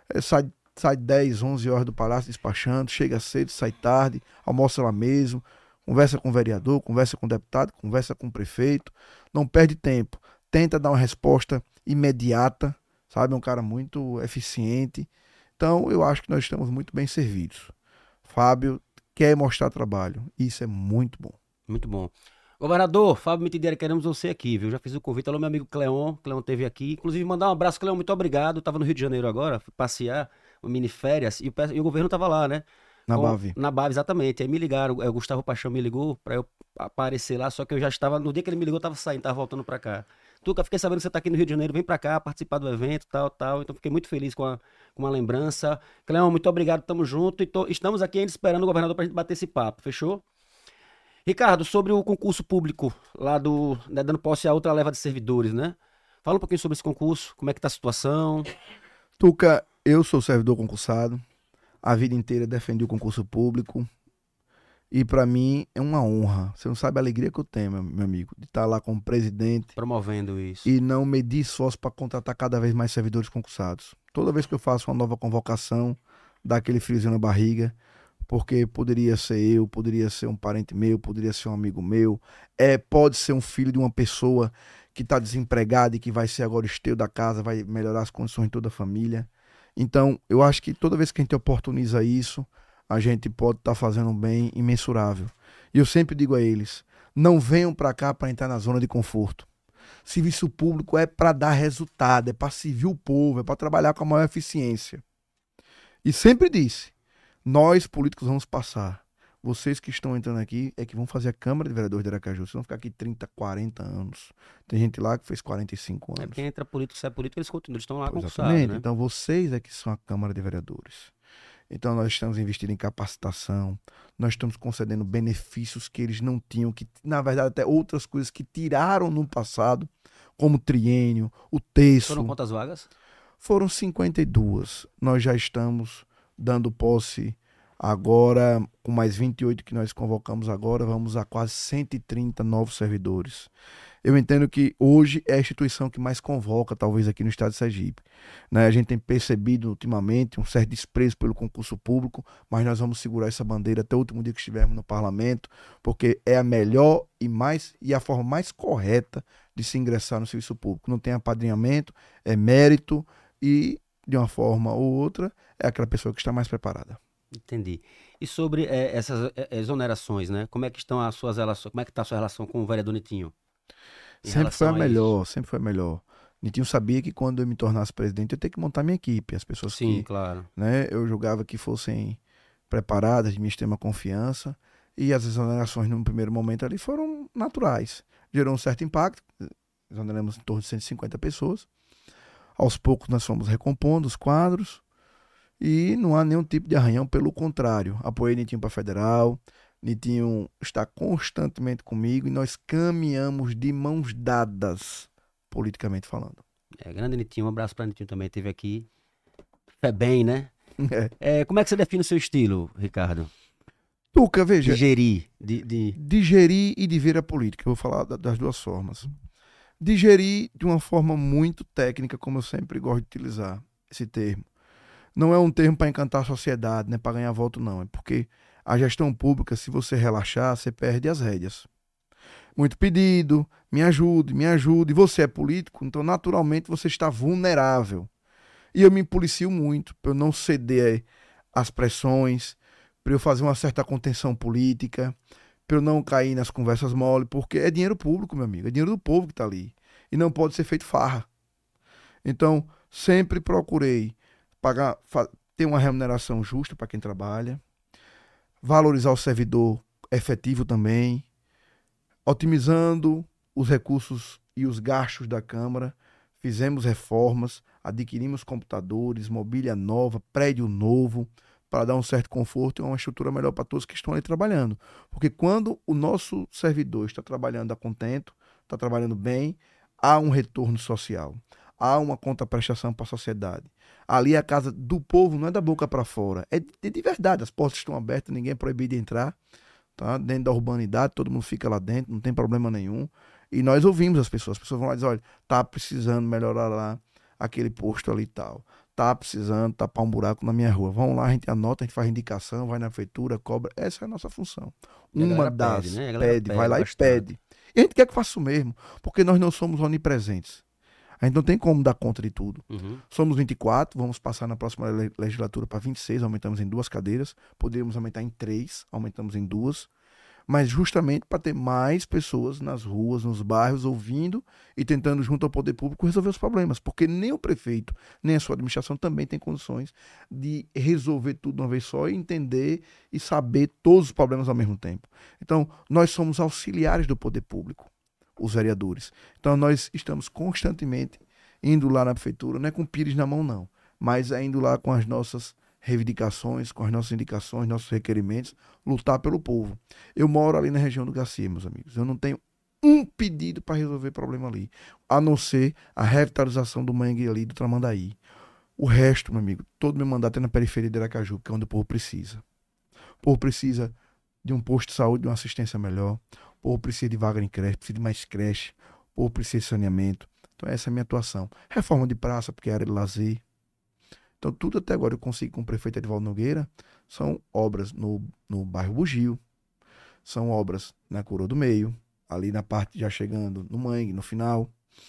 sai 10, 11 horas do palácio despachando, chega cedo, sai tarde, almoça lá mesmo, conversa com o vereador, conversa com o deputado, conversa com o prefeito, não perde tempo, tenta dar uma resposta imediata, sabe? É um cara muito eficiente. Então, eu acho que nós estamos muito bem servidos. Fábio quer mostrar trabalho, isso é muito bom. Muito bom. Governador, Fábio Mitidieri, queremos você aqui, viu? Já fiz o convite. Alô, meu amigo Cleon. Cleon esteve aqui. Inclusive, mandar um abraço, Cleon. Muito obrigado. Tava no Rio de Janeiro agora, fui passear, uma mini férias, e o governo tava lá, né? Na Bave. Na BAV, exatamente. Aí me ligaram, o Gustavo Paixão me ligou pra eu aparecer lá, só que eu já estava, no dia que ele me ligou, eu tava saindo, tava voltando pra cá. Tuca, fiquei sabendo que você tá aqui no Rio de Janeiro, vem pra cá participar do evento, tal, tal. Então fiquei muito feliz com a lembrança. Cleon, muito obrigado, tamo junto. Estamos aqui ainda esperando o governador pra gente bater esse papo, fechou? Ricardo, sobre o concurso público lá né, dando posse a outra leva de servidores, né? Fala um pouquinho sobre esse concurso, como é que tá a situação. Tuca, eu sou servidor concursado, a vida inteira defendi o concurso público. E para mim é uma honra. Você não sabe a alegria que eu tenho, meu amigo, de estar lá como presidente Promovendo isso. e não medir esforço para contratar cada vez mais servidores concursados. Toda vez que eu faço uma nova convocação, dá aquele friozinho na barriga, porque poderia ser eu, poderia ser um parente meu, poderia ser um amigo meu, pode ser um filho de uma pessoa que está desempregada e que vai ser agora o esteio da casa, vai melhorar as condições de toda a família. Então, eu acho que toda vez que a gente oportuniza isso, a gente pode estar fazendo um bem imensurável. E eu sempre digo a eles, não venham para cá para entrar na zona de conforto. Serviço público é para dar resultado, é para servir o povo, é para trabalhar com a maior eficiência. E sempre disse, nós políticos vamos passar. Vocês que estão entrando aqui é que vão fazer a Câmara de Vereadores de Aracaju. Vocês vão ficar aqui 30, 40 anos. Tem gente lá que fez 45 É anos. porque entra político, sai político, eles continuam, eles estão lá concursados, Exatamente. né? Então vocês é que são a Câmara de Vereadores. Então nós estamos investindo em capacitação, nós estamos concedendo benefícios que eles não tinham, que na verdade até outras coisas que tiraram no passado, como o triênio, o terço. Foram quantas vagas? Foram 52. Nós já estamos dando posse agora, com mais 28 que nós convocamos agora, vamos a quase 130 novos servidores. Eu entendo que hoje é a instituição que mais convoca, talvez, aqui no estado de Sergipe. Né? A gente tem percebido ultimamente um certo desprezo pelo concurso público, mas nós vamos segurar essa bandeira até o último dia que estivermos no parlamento, porque é a melhor e a forma mais correta de se ingressar no serviço público. Não tem apadrinhamento, é mérito e, de uma forma ou outra, é aquela pessoa que está mais preparada. Entendi. E sobre essas exonerações, né? Como é que estão as suas relações? Como é que está a sua relação com o vereador Nitinho em Sempre foi a relação a isso? melhor, sempre foi a melhor. Nitinho sabia que quando eu me tornasse presidente, eu ia ter que montar minha equipe. As pessoas Sim, que, claro. né, eu julgava que fossem preparadas, de minha extrema confiança. E as exonerações, no primeiro momento ali, foram naturais. Gerou um certo impacto. Exoneramos em torno de 150 pessoas. Aos poucos nós fomos recompondo os quadros. E não há nenhum tipo de arranhão, pelo contrário. Apoiei Nitinho para federal. Nitinho está constantemente comigo e nós caminhamos de mãos dadas, politicamente falando. Grande Nitinho, um abraço para Nitinho também, esteve aqui. Fé bem, né? Como é que você define o seu estilo, Ricardo? Tuca, veja, Digerir, digerir e de ver a política. Eu vou falar das duas formas. Digerir de uma forma muito técnica, como eu sempre gosto de utilizar esse termo. Não é um termo para encantar a sociedade, né, para ganhar voto, não. É porque a gestão pública, se você relaxar, você perde as rédeas. Muito pedido, me ajude, me ajude. E você é político, então naturalmente você está vulnerável. E eu me policio muito para eu não ceder às pressões, para eu fazer uma certa contenção política, para eu não cair nas conversas mole, porque é dinheiro público, meu amigo, é dinheiro do povo que está ali. E não pode ser feito farra. Então, sempre procurei pagar, ter uma remuneração justa para quem trabalha, valorizar o servidor efetivo também, otimizando os recursos e os gastos da Câmara, fizemos reformas, adquirimos computadores, mobília nova, prédio novo, para dar um certo conforto e uma estrutura melhor para todos que estão ali trabalhando. Porque quando o nosso servidor está trabalhando a contento, está trabalhando bem, há um retorno social, há uma contraprestação para a sociedade. Ali a casa do povo não é da boca para fora, é de verdade, as portas estão abertas, ninguém é proibido de entrar, tá? Dentro da urbanidade, todo mundo fica lá dentro, não tem problema nenhum. E nós ouvimos as pessoas vão lá dizer, olha, tá precisando melhorar lá aquele posto ali e tal. Tá precisando tapar um buraco na minha rua. Vão lá, a gente anota, a gente faz indicação, vai na prefeitura, cobra. Essa é a nossa função. E a Uma galera pede, das, né? A galera pede, vai pede lá e bastante. pede. E a gente quer que faça o mesmo, porque nós não somos onipresentes. A gente não tem como dar conta de tudo. Uhum. Somos 24, vamos passar na próxima legislatura para 26, aumentamos em 2 cadeiras. Poderíamos aumentar em 3, aumentamos em 2. Mas justamente para ter mais pessoas nas ruas, nos bairros, ouvindo e tentando, junto ao poder público, resolver os problemas. Porque nem o prefeito, nem a sua administração também tem condições de resolver tudo de uma vez só e entender e saber todos os problemas ao mesmo tempo. Então, nós somos auxiliares do poder público, os vereadores. Então, nós estamos constantemente indo lá na prefeitura, não é com pires na mão, não, mas é indo lá com as nossas reivindicações, com as nossas indicações, nossos requerimentos, lutar pelo povo. Eu moro ali na região do Garcia, meus amigos. Eu não tenho um pedido para resolver problema ali, a não ser a revitalização do mangue ali do Tramandaí. O resto, meu amigo, todo meu mandato é na periferia de Aracaju, que é onde o povo precisa. O povo precisa de um posto de saúde, de uma assistência melhor. O povo precisa de vaga em creche, precisa de mais creche. O povo precisa de saneamento. Então essa é a minha atuação. Reforma de praça, porque é área de lazer. Então, tudo até agora eu consigo com o prefeito Edivaldo Nogueira são obras no bairro Bugio, são obras na Coroa do Meio, ali na parte já chegando no Mangue, no final,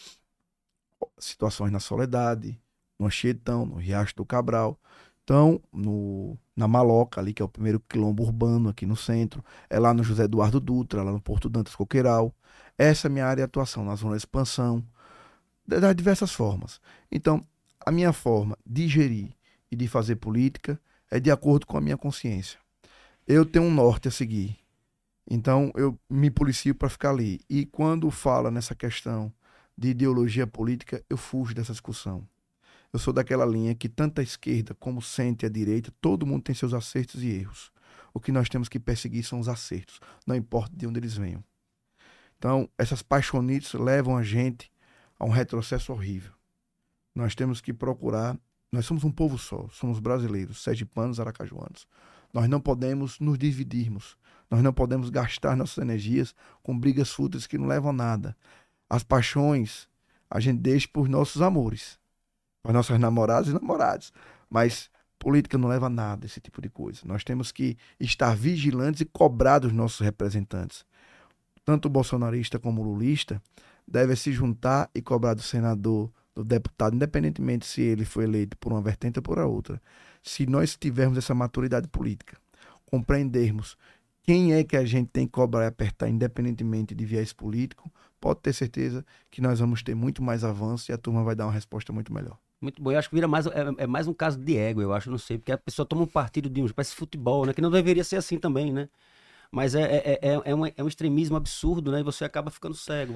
situações na Soledade, no Anchietão, no Riacho do Cabral, então na Maloca, ali que é o primeiro quilombo urbano aqui no centro, é lá no José Eduardo Dutra, lá no Porto Dantas Coqueiral. Essa é a minha área de atuação, na zona de expansão, das diversas formas. Então, a minha forma de gerir e de fazer política é de acordo com a minha consciência. Eu tenho um norte a seguir. Então, eu me policio para ficar ali. E quando fala nessa questão de ideologia política, eu fujo dessa discussão. Eu sou daquela linha que tanto a esquerda como o centro e a direita, todo mundo tem seus acertos e erros. O que nós temos que perseguir são os acertos, não importa de onde eles venham. Então, essas paixonites levam a gente a um retrocesso horrível. Nós temos que procurar, nós somos um povo só, somos brasileiros, sergipanos, aracajuanos. Nós não podemos nos dividirmos, nós não podemos gastar nossas energias com brigas fúteis que não levam a nada. As paixões a gente deixa por nossos amores, para nossas namoradas e namorados, mas política não leva a nada, esse tipo de coisa. Nós temos que estar vigilantes e cobrar dos nossos representantes. Tanto o bolsonarista como o lulista deve se juntar e cobrar do senador do deputado, independentemente se ele foi eleito por uma vertente ou por a outra. Se nós tivermos essa maturidade política, compreendermos quem é que a gente tem que cobrar e apertar, independentemente de viés político, pode ter certeza que nós vamos ter muito mais avanço e a turma vai dar uma resposta muito melhor. Muito bom. Eu acho que vira mais, é mais um caso de ego, eu acho, não sei, porque a pessoa toma um partido de um, parece futebol, né? Que não deveria ser assim também, né? Mas é um extremismo absurdo, né? E você acaba ficando cego.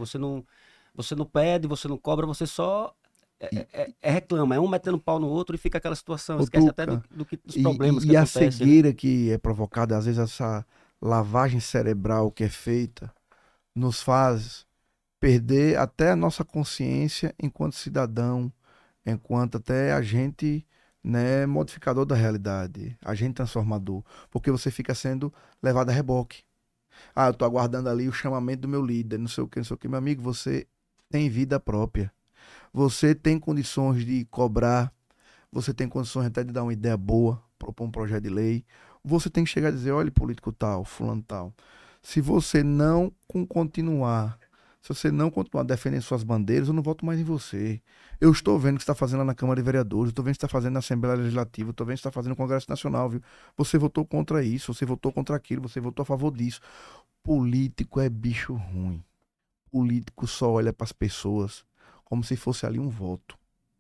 Você não pede, você não cobra, você só reclama. É um metendo pau no outro e fica aquela situação. Ô, Esquece até Tuca, dos problemas que e a acontecem. Né? cegueira que é provocada, às vezes essa lavagem cerebral que é feita, nos faz perder até a nossa consciência enquanto cidadão, enquanto até agente, né, modificador da realidade, agente transformador, porque você fica sendo levado a reboque. Ah, eu tô aguardando ali o chamamento do meu líder, não sei o que, não sei o que. Meu amigo, você tem vida própria. Você tem condições de cobrar, você tem condições até de dar uma ideia boa, propor um projeto de lei. Você tem que chegar e dizer, olha, político tal, fulano tal. Se você não continuar, se você não continuar defendendo suas bandeiras, eu não voto mais em você. Eu estou vendo o que você está fazendo lá na Câmara de Vereadores, eu estou vendo o que você está fazendo na Assembleia Legislativa, eu estou vendo o que você está fazendo no Congresso Nacional, viu? Você votou contra isso, você votou contra aquilo, você votou a favor disso. Político é bicho ruim. Político só olha para as pessoas como se fosse ali um voto.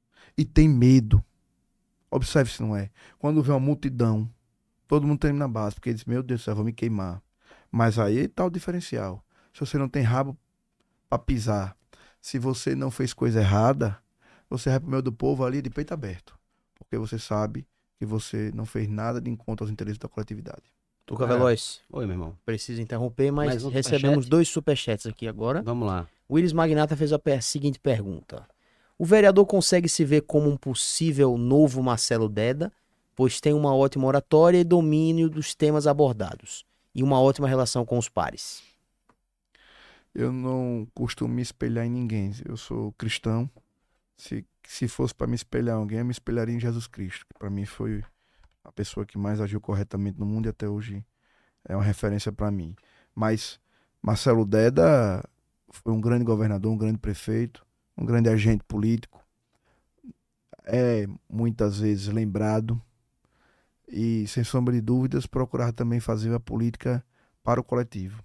E tem medo. Observe se não é. Quando vê uma multidão, todo mundo termina na base, porque diz, meu Deus do céu, vou me queimar. Mas aí está o diferencial. Se você não tem rabo para pisar, se você não fez coisa errada, você vai pro meio do povo ali de peito aberto. Porque você sabe que você não fez nada de encontro aos interesses da coletividade. Tuca Veloz, Oi, meu irmão. preciso interromper, mas Mais um recebemos superchat? 2 superchats aqui agora. Vamos lá. O Willis Magnata fez a seguinte pergunta. O vereador consegue se ver como um possível novo Marcelo Deda, pois tem uma ótima oratória e domínio dos temas abordados, e uma ótima relação com os pares. Eu não costumo me espelhar em ninguém. Eu sou cristão. Se fosse para me espelhar em alguém, eu me espelharia em Jesus Cristo, que para mim foi a pessoa que mais agiu corretamente no mundo e até hoje é uma referência para mim. Mas Marcelo Deda foi um grande governador, um grande prefeito, um grande agente político. É muitas vezes lembrado e, sem sombra de dúvidas, procurar também fazer a política para o coletivo.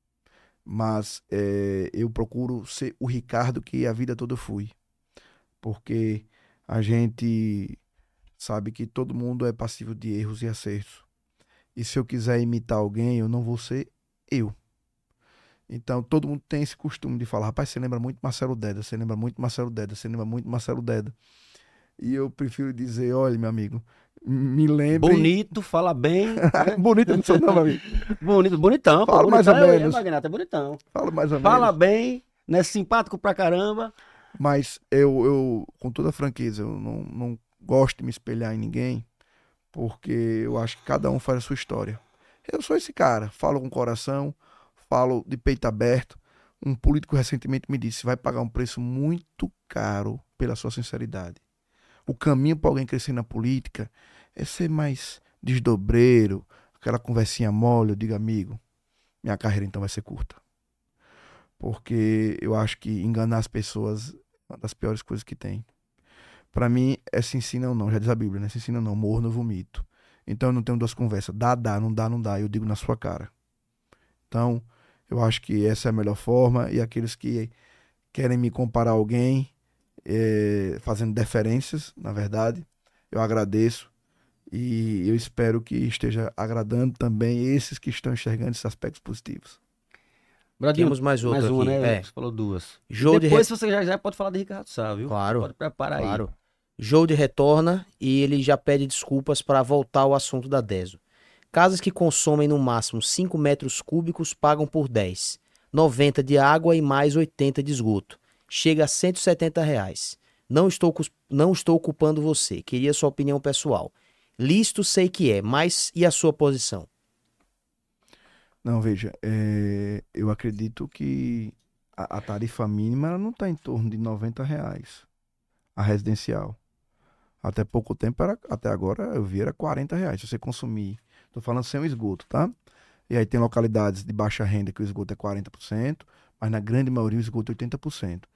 Mas eu procuro ser o Ricardo que a vida toda eu fui. Porque a gente sabe que todo mundo é passível de erros e acertos. E se eu quiser imitar alguém, eu não vou ser eu. Então todo mundo tem esse costume de falar, rapaz, você lembra muito Marcelo Deda, você lembra muito Marcelo Deda, você lembra muito Marcelo Deda. E eu prefiro dizer, olha, meu amigo, me lembre... Bonito, fala bem. Bonito eu não sou não, meu amigo. Bonitão. Fala Pô, mais bonitão, ou menos. Magnata, é bonitão. Falo mais ou Fala menos. bem, né? Simpático pra caramba. Mas eu, com toda franqueza, eu não gosto de me espelhar em ninguém, porque eu acho que cada um faz a sua história. Eu sou esse cara, falo com o coração, falo de peito aberto. Um político recentemente me disse, vai pagar um preço muito caro pela sua sinceridade. O caminho para alguém crescer na política é ser mais desdobreiro, aquela conversinha mole. Eu digo, amigo, minha carreira então vai ser curta. Porque eu acho que enganar as pessoas é uma das piores coisas que tem. Para mim, é se ensina ou não, já diz a Bíblia, né? Se ensina ou não, morro no vomito. Então eu não tenho duas conversas. Dá, não dá, não dá. Eu digo na sua cara. Então, eu acho que essa é a melhor forma. E aqueles que querem me comparar a alguém, fazendo deferências, na verdade, eu agradeço. E eu espero que esteja agradando também esses que estão enxergando esses aspectos positivos. Bradinho, Temos mais outro mais uma, aqui. né? Você falou duas. Jogo de Depois você já pode falar de Ricardo Sá, viu? Claro, Pode preparar aí. Claro. Jode retorna e ele já pede desculpas para voltar ao assunto da Deso. Casas que consomem no máximo 5 metros cúbicos pagam por 10. 90 de água e mais 80 de esgoto. Chega a R$ 170. Não estou culpando você. Queria sua opinião pessoal. Listo sei que é, mas e a sua posição? Não, veja, eu acredito que a tarifa mínima ela não está em torno de R$ 90, a residencial. Até pouco tempo, até agora, eu vi, era R$ 40. Se você consumir, estou falando sem o esgoto, tá? E aí tem localidades de baixa renda que o esgoto é 40%, mas na grande maioria o esgoto é 80%.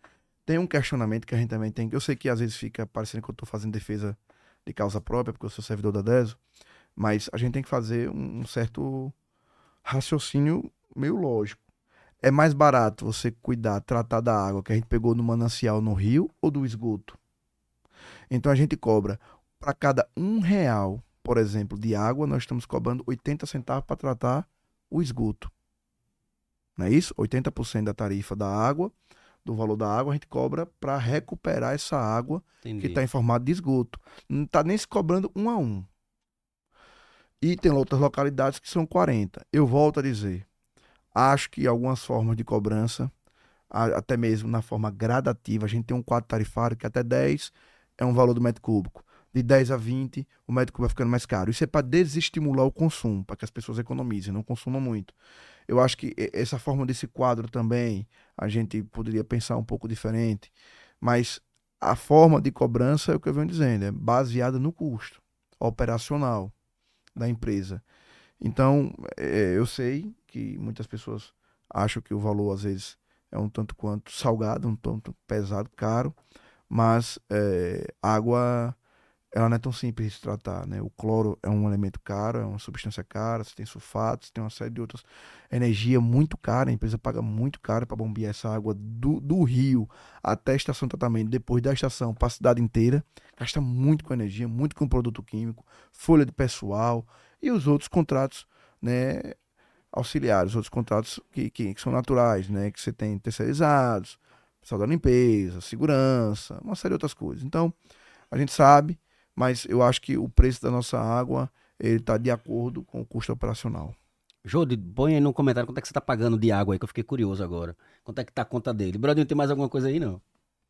Tem um questionamento que a gente também tem, que eu sei que às vezes fica parecendo que eu estou fazendo defesa de causa própria, porque eu sou servidor da DESO, mas a gente tem que fazer um certo raciocínio meio lógico. É mais barato você cuidar, tratar da água que a gente pegou no manancial no rio ou do esgoto? Então a gente cobra, para cada R$ 1, por exemplo, de água, nós estamos cobrando 80 centavos para tratar o esgoto. Não é isso? 80% da tarifa da água, do valor da água, a gente cobra para recuperar essa água que está em formato de esgoto. Não está nem se cobrando 1 a 1. E tem outras localidades que são 40. Eu volto a dizer, acho que algumas formas de cobrança, até mesmo na forma gradativa, a gente tem um quadro tarifário que até 10 é um valor do metro cúbico. De 10 a 20, o metro cúbico vai ficando mais caro. Isso é para desestimular o consumo, para que as pessoas economizem, não consumam muito. Eu acho que essa forma desse quadro também, a gente poderia pensar um pouco diferente, mas a forma de cobrança é o que eu venho dizendo, é baseada no custo operacional da empresa. Então, eu sei que muitas pessoas acham que o valor, às vezes, é um tanto quanto salgado, um tanto pesado, caro, mas água, ela não é tão simples de se tratar, né? O cloro é um elemento caro, é uma substância cara, você tem sulfatos, tem uma série de outras. Energia muito cara, a empresa paga muito caro para bombear essa água do rio até a estação de tratamento, depois da estação para a cidade inteira, gasta muito com energia, muito com produto químico, folha de pessoal e os outros contratos, né, auxiliares, outros contratos que são naturais, né, que você tem terceirizados, pessoal da limpeza, segurança, uma série de outras coisas. Então, a gente sabe, mas eu acho que o preço da nossa água ele está de acordo com o custo operacional. Jode, põe aí no comentário quanto é que você tá pagando de água aí, que eu fiquei curioso agora. Quanto é que tá a conta dele? Brodinho, tem mais alguma coisa aí, não?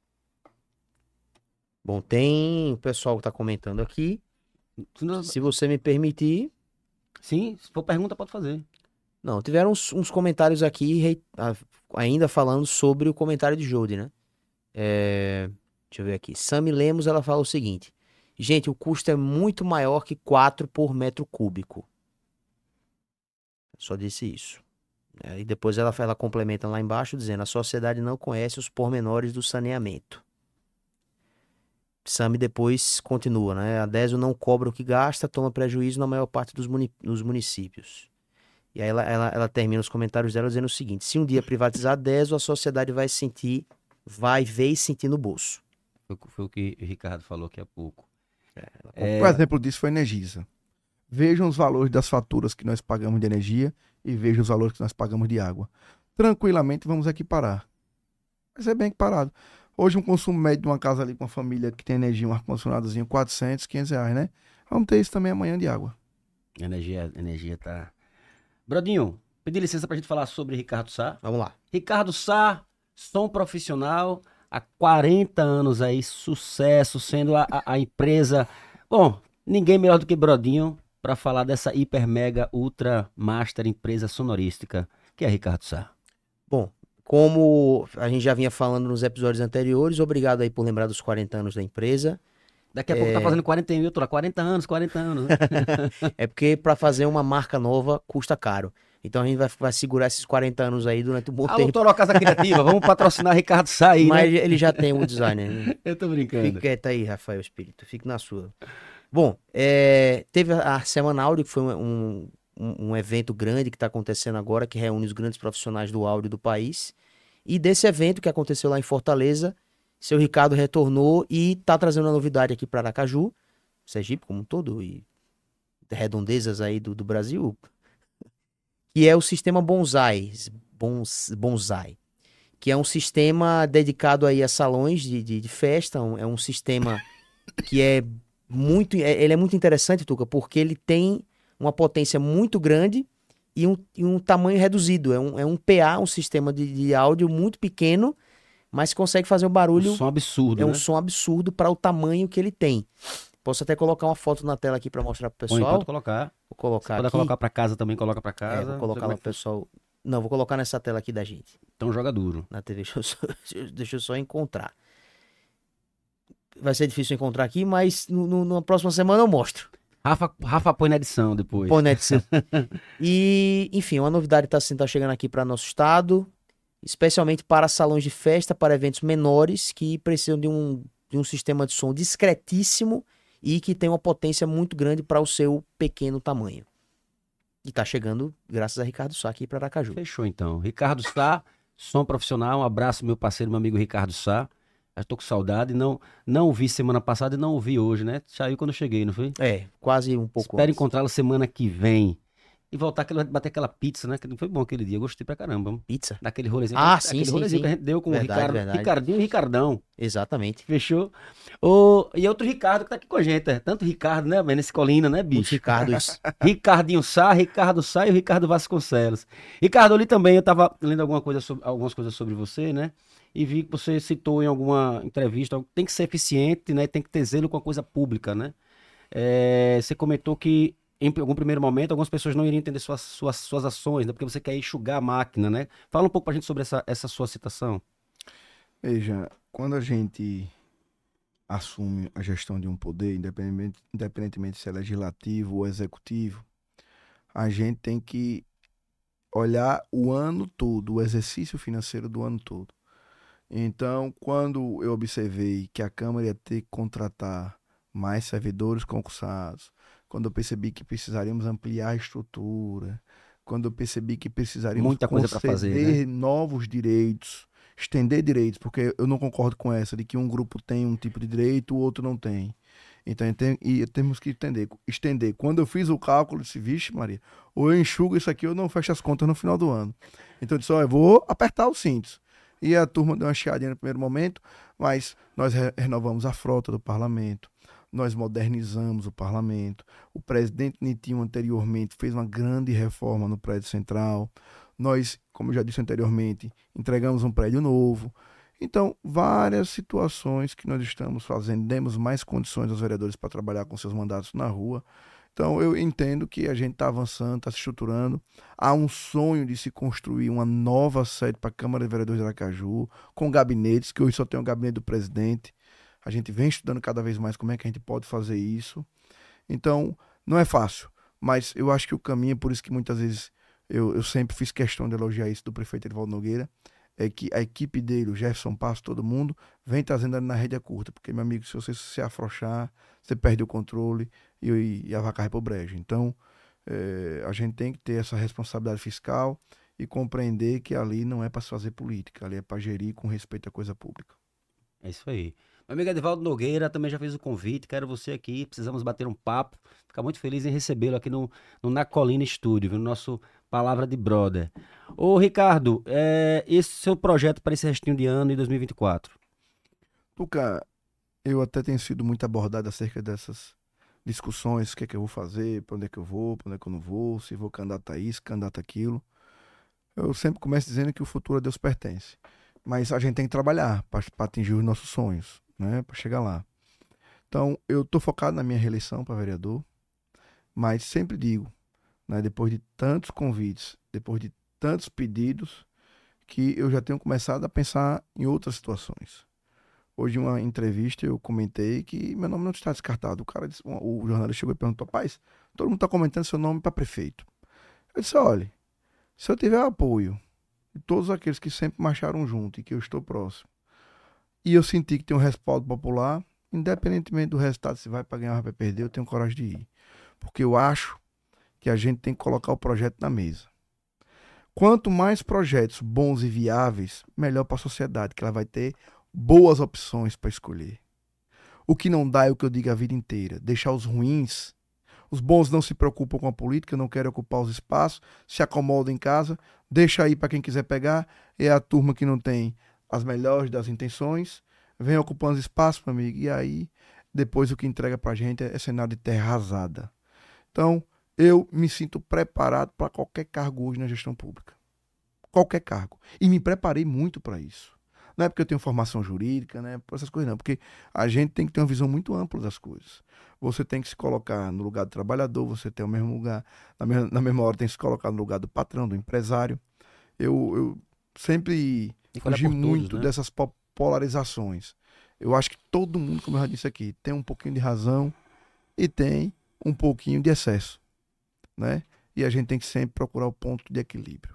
Bom, tem o pessoal que tá comentando aqui. Se você me permitir. Sim, se for pergunta, pode fazer. Não, tiveram uns comentários aqui ainda falando sobre o comentário de Jode, né? Deixa eu ver aqui. Sami Lemos, ela fala o seguinte. Gente, o custo é muito maior que 4 por metro cúbico. Só disse isso. E depois ela complementa lá embaixo dizendo: a sociedade não conhece os pormenores do saneamento. Sami depois continua, né? A DESO não cobra o que gasta, toma prejuízo na maior parte dos municípios. E aí ela termina os comentários dela dizendo o seguinte: se um dia privatizar a DESO, a sociedade vai ver e sentir no bolso. Foi o que o Ricardo falou aqui há pouco. Um exemplo disso foi a Energisa. Vejam os valores das faturas que nós pagamos de energia e vejam os valores que nós pagamos de água. Tranquilamente vamos equiparar. Mas é bem equiparado. Hoje um consumo médio de uma casa ali com uma família que tem energia, um ar-condicionadozinho, 400, 500 reais, né? Vamos ter isso também amanhã de água. Energia tá... Brodinho, pedi licença pra gente falar sobre Ricardo Sá. Vamos lá. Ricardo Sá, som profissional, há 40 anos aí, sucesso, sendo a empresa... Bom, ninguém melhor do que Brodinho para falar dessa hiper, mega, ultra, master empresa sonorística, que é Ricardo Sá. Bom, como a gente já vinha falando nos episódios anteriores, obrigado aí por lembrar dos 40 anos da empresa. Daqui a pouco tá fazendo 41, eu tô lá, 40 anos. Né? É porque para fazer uma marca nova custa caro. Então a gente vai segurar esses 40 anos aí durante um bom tempo. Alô, Casa Criativa, vamos patrocinar Ricardo Sá aí, mas né? ele já tem um designer. Né? Eu tô brincando. Fique quieto aí, Rafael Espírito, fique na sua. Bom, teve a Semana Áudio, que foi um evento grande que está acontecendo agora, que reúne os grandes profissionais do áudio do país. E desse evento que aconteceu lá em Fortaleza, seu Ricardo retornou e está trazendo uma novidade aqui para Aracaju, Sergipe como um todo, e redondezas aí do Brasil, que é o sistema Bonsai, que é um sistema dedicado aí a salões de festa, é um sistema que ele é muito interessante, Tuca, porque ele tem uma potência muito grande e um tamanho reduzido. É um PA, um sistema de áudio muito pequeno, mas consegue fazer um barulho... Um som absurdo, um som absurdo para o tamanho que ele tem. Posso até colocar uma foto na tela aqui para mostrar pro pessoal. Pode colocar. Vou colocar aqui. Pode colocar para casa também, coloca para casa. Vou colocar lá pro pessoal... Não, vou colocar nessa tela aqui da gente. Então joga duro. Na TV, deixa eu só encontrar. Vai ser difícil encontrar aqui, mas na próxima semana eu mostro. Rafa põe na edição depois. Põe na edição. E, enfim, uma novidade tá chegando aqui para nosso estado. especialmente para salões de festa, para eventos menores que precisam de um sistema de som discretíssimo e que tem uma potência muito grande para o seu pequeno tamanho. E tá chegando, graças a Ricardo Sá aqui para Aracaju. Fechou então. Ricardo Sá, som profissional. Um abraço, meu parceiro, meu amigo Ricardo Sá. Eu tô com saudade. Não o vi semana passada e não o vi hoje, né? Saiu quando eu cheguei, não foi? Quase um pouco Espero antes. encontrá-lo semana que vem. E voltar bater aquela pizza, né? Que foi bom aquele dia. Eu gostei pra caramba. Pizza? Daquele rolezinho. Sim, aquele sim, rolezinho sim. que a gente deu com Verdade, o Ricardo. verdade. Ricardinho e Ricardão. Exatamente. Fechou? E outro Ricardo que tá aqui com a gente. Tanto Ricardo, né, nesse Colina, né, Os bicho? Ricardos. Ricardinho Sá, Ricardo Sá e o Ricardo Vasconcelos. Ricardo, ali também eu tava lendo algumas coisas sobre você, né? E vi que você citou em alguma entrevista, tem que ser eficiente, né? Tem que ter zelo com a coisa pública, né? Você comentou que em algum primeiro momento algumas pessoas não iriam entender suas ações, né? Porque você quer enxugar a máquina, né? Fala um pouco pra gente sobre essa sua citação. Veja, quando a gente assume a gestão de um poder, independentemente se é legislativo ou executivo, a gente tem que olhar o ano todo, o exercício financeiro do ano todo. Então, quando eu observei que a Câmara ia ter que contratar mais servidores concursados, quando eu percebi que precisaríamos ampliar a estrutura, quando eu percebi que precisaríamos Muita coisa pra fazer, né? novos direitos, estender direitos, porque eu não concordo com essa de que um grupo tem um tipo de direito, o outro não tem. Então, temos que estender. Quando eu fiz o cálculo, eu disse, vixe, Maria, ou eu enxugo isso aqui ou não fecho as contas no final do ano. Então, eu disse, eu vou apertar os cintos. E a turma deu uma chiadinha no primeiro momento, mas nós renovamos a frota do parlamento, nós modernizamos o parlamento, o presidente Nitinho anteriormente fez uma grande reforma no prédio central, nós, como eu já disse anteriormente, entregamos um prédio novo. Então, várias situações que nós estamos fazendo, demos mais condições aos vereadores para trabalhar com seus mandatos na rua. Então, eu entendo que a gente está avançando, está se estruturando. Há um sonho de se construir uma nova sede para a Câmara de Vereadores de Aracaju, com gabinetes, que hoje só tem o gabinete do presidente. A gente vem estudando cada vez mais como é que a gente pode fazer isso. Então, não é fácil, mas eu acho que o caminho, por isso que muitas vezes eu sempre fiz questão de elogiar isso do prefeito Edivaldo Nogueira, é que a equipe dele, o Jefferson Passo, todo mundo, vem trazendo ali na rédea curta. Porque, meu amigo, se você se afrouxar, você perde o controle e a vaca vai pro brejo. Então, a gente tem que ter essa responsabilidade fiscal e compreender que ali não é para se fazer política, ali é para gerir com respeito à coisa pública. É isso aí. Meu amigo Edivaldo Nogueira também já fez o convite, quero você aqui, precisamos bater um papo, ficar muito feliz em recebê-lo aqui no Na Colina Estúdio, no nosso Palavra de Brother. Ô Ricardo, esse seu projeto para esse restinho de ano em 2024? Tuca, eu até tenho sido muito abordado acerca dessas discussões, o que é que eu vou fazer, para onde é que eu vou, para onde é que eu não vou, se vou candidato a isso, candidato a aquilo. Eu sempre começo dizendo que o futuro a Deus pertence, mas a gente tem que trabalhar para atingir os nossos sonhos, né, para chegar lá. Então, eu estou focado na minha reeleição para vereador, mas sempre digo, né, depois de tantos convites, depois de tantos pedidos, que eu já tenho começado a pensar em outras situações. Hoje, em uma entrevista, eu comentei que meu nome não está descartado. O jornalista chegou e perguntou, rapaz, todo mundo está comentando seu nome para prefeito. Eu disse, olha, se eu tiver apoio de todos aqueles que sempre marcharam junto e que eu estou próximo, e eu senti que tem um respaldo popular, independentemente do resultado, se vai para ganhar ou vai para perder, eu tenho coragem de ir. Porque eu acho que a gente tem que colocar o projeto na mesa. Quanto mais projetos bons e viáveis, melhor para a sociedade, que ela vai ter boas opções para escolher. O que não dá é o que eu digo a vida inteira, deixar os ruins. Os bons não se preocupam com a política, não querem ocupar os espaços, se acomodam em casa, deixa aí para quem quiser pegar, é a turma que não tem as melhores das intenções, vem ocupando espaço, meu amigo, e aí depois o que entrega para a gente é cenário de terra arrasada. Então, eu me sinto preparado para qualquer cargo hoje na gestão pública. Qualquer cargo. E me preparei muito para isso. Não é porque eu tenho formação jurídica, né? Por essas coisas não. Porque a gente tem que ter uma visão muito ampla das coisas. Você tem que se colocar no lugar do trabalhador, você tem o mesmo lugar, na mesma hora tem que se colocar no lugar do patrão, do empresário. Eu sempre fugi muito, né, dessas polarizações. Eu acho que todo mundo, como eu já disse aqui, tem um pouquinho de razão e tem um pouquinho de excesso, né? E a gente tem que sempre procurar o ponto de equilíbrio.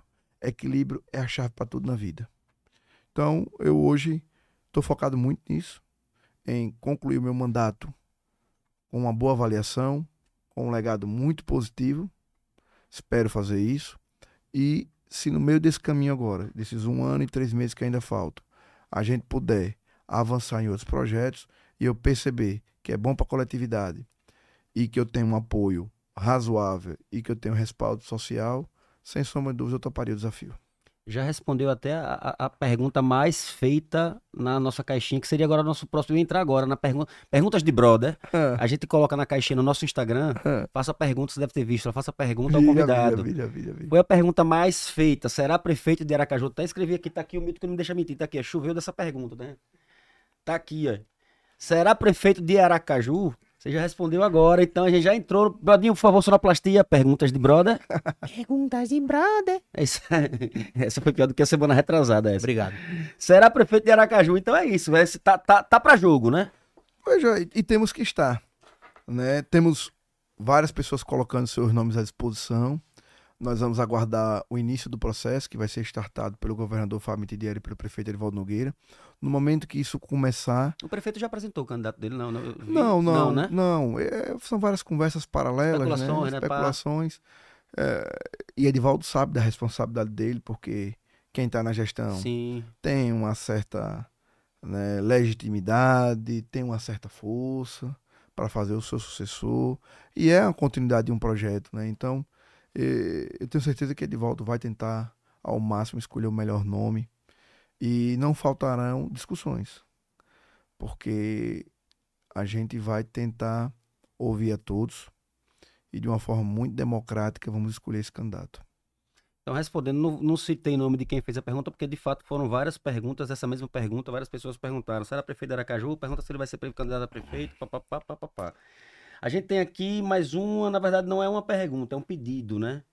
equilíbrio é a chave para tudo na vida. Então, eu hoje estou focado muito nisso, em concluir o meu mandato com uma boa avaliação, com um legado muito positivo. Espero fazer isso. E se no meio desse caminho agora, desses 1 ano e 3 meses que ainda faltam, a gente puder avançar em outros projetos e eu perceber que é bom para a coletividade e que eu tenho um apoio razoável e que eu tenho respaldo social, sem sombra de dúvida eu toparia o desafio. Já respondeu até a pergunta mais feita na nossa caixinha, que seria agora o nosso próximo. Eu ia entrar agora na perguntas de brother. A gente coloca na caixinha no nosso Instagram. Faça perguntas, você deve ter visto. Faça pergunta ao convidado. Foi a pergunta mais feita. Será prefeito de Aracaju? Até escrevi aqui, tá aqui o mito que não me deixa mentir. Tá aqui, choveu dessa pergunta, né? Tá aqui, ó. Será prefeito de Aracaju? Você já respondeu agora, então a gente já entrou. Brodinho, por favor, sonoplastia, perguntas de brother. Perguntas de brother. Essa foi pior do que a semana retrasada. Essa. Obrigado. Será prefeito de Aracaju? Então é isso. Tá pra jogo, né? Veja, e temos que estar. Né? Temos várias pessoas colocando seus nomes à disposição. Nós vamos aguardar o início do processo, que vai ser startado pelo governador Fábio Mitidieri e pelo prefeito Erivaldo Nogueira. No momento que isso começar... O prefeito já apresentou o candidato dele, não? Não. São várias conversas paralelas, especulações, né? Especulações. E Edivaldo sabe da responsabilidade dele, porque quem está na gestão tem uma certa, né, legitimidade, tem uma certa força para fazer o seu sucessor. E é a continuidade de um projeto, né? Então... eu tenho certeza que Edivaldo vai tentar ao máximo escolher o melhor nome e não faltarão discussões, porque a gente vai tentar ouvir a todos e de uma forma muito democrática vamos escolher esse candidato. Então, respondendo, não citei nome de quem fez a pergunta, porque de fato foram várias perguntas, essa mesma pergunta, várias pessoas perguntaram. Será prefeito de Aracaju? Pergunta se ele vai ser candidato a prefeito, papapá. A gente tem aqui mais uma, na verdade não é uma pergunta, é um pedido, né?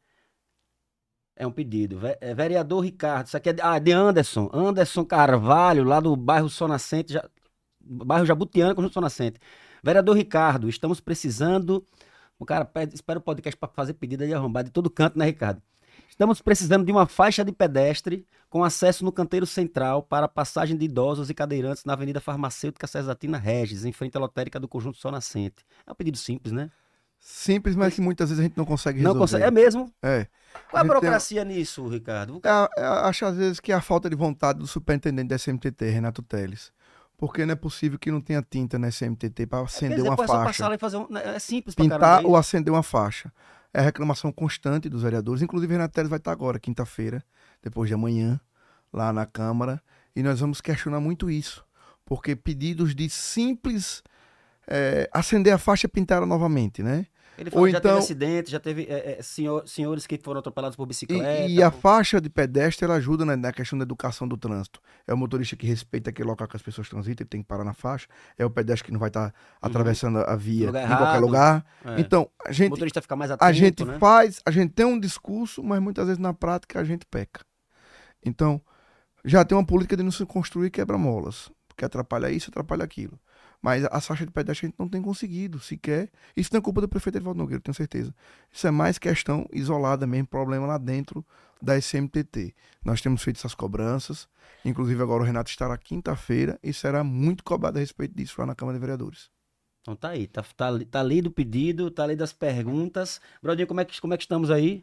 É um pedido. Vereador Ricardo, isso aqui é de Anderson. Anderson Carvalho, lá do bairro Sonascente, bairro Jabutiana, Conjunto Sonascente. Vereador Ricardo, estamos precisando... O cara espera o podcast para fazer pedido de arrombado de todo canto, né, Ricardo? Estamos precisando de uma faixa de pedestre com acesso no canteiro central para a passagem de idosos e cadeirantes na Avenida Farmacêutica Cesatina Regis, em frente à lotérica do Conjunto Sonascente. É um pedido simples, né? Simples, mas que muitas vezes a gente não consegue resolver. Não consegue, é mesmo? É. Qual a burocracia nisso, Ricardo? Acho às vezes que é a falta de vontade do superintendente da SMTT, Renato Teles. Porque não é possível que não tenha tinta na SMTT para acender uma faixa. Passar lá e fazer é simples pra pintar caramba, ou acender uma faixa. É a reclamação constante dos vereadores. Inclusive, Renato Teles vai estar agora, quinta-feira, depois de amanhã, lá na Câmara. E nós vamos questionar muito isso. Porque pedidos de simples acender a faixa e pintar novamente, né? Ele falou que já teve acidente, já teve senhores que foram atropelados por bicicleta. E a faixa de pedestre, ela ajuda na questão da educação do trânsito. É o motorista que respeita aquele local que as pessoas transitam, ele tem que parar na faixa. É o pedestre que não vai estar atravessando a via em qualquer lugar. Então, o motorista fica mais atento, a gente a gente tem um discurso, mas muitas vezes na prática a gente peca. Então, já tem uma política de não se construir quebra-molas, porque atrapalha isso, atrapalha aquilo. Mas a faixa de pedestre a gente não tem conseguido sequer. Isso não é culpa do prefeito Erivaldo Nogueira, eu tenho certeza. Isso é mais questão isolada mesmo, problema lá dentro da SMTT. Nós temos feito essas cobranças. Inclusive agora o Renato estará quinta-feira e será muito cobrado a respeito disso lá na Câmara de Vereadores. Então tá aí, tá lido o pedido, tá lido as perguntas. Brodinho, como é que estamos aí?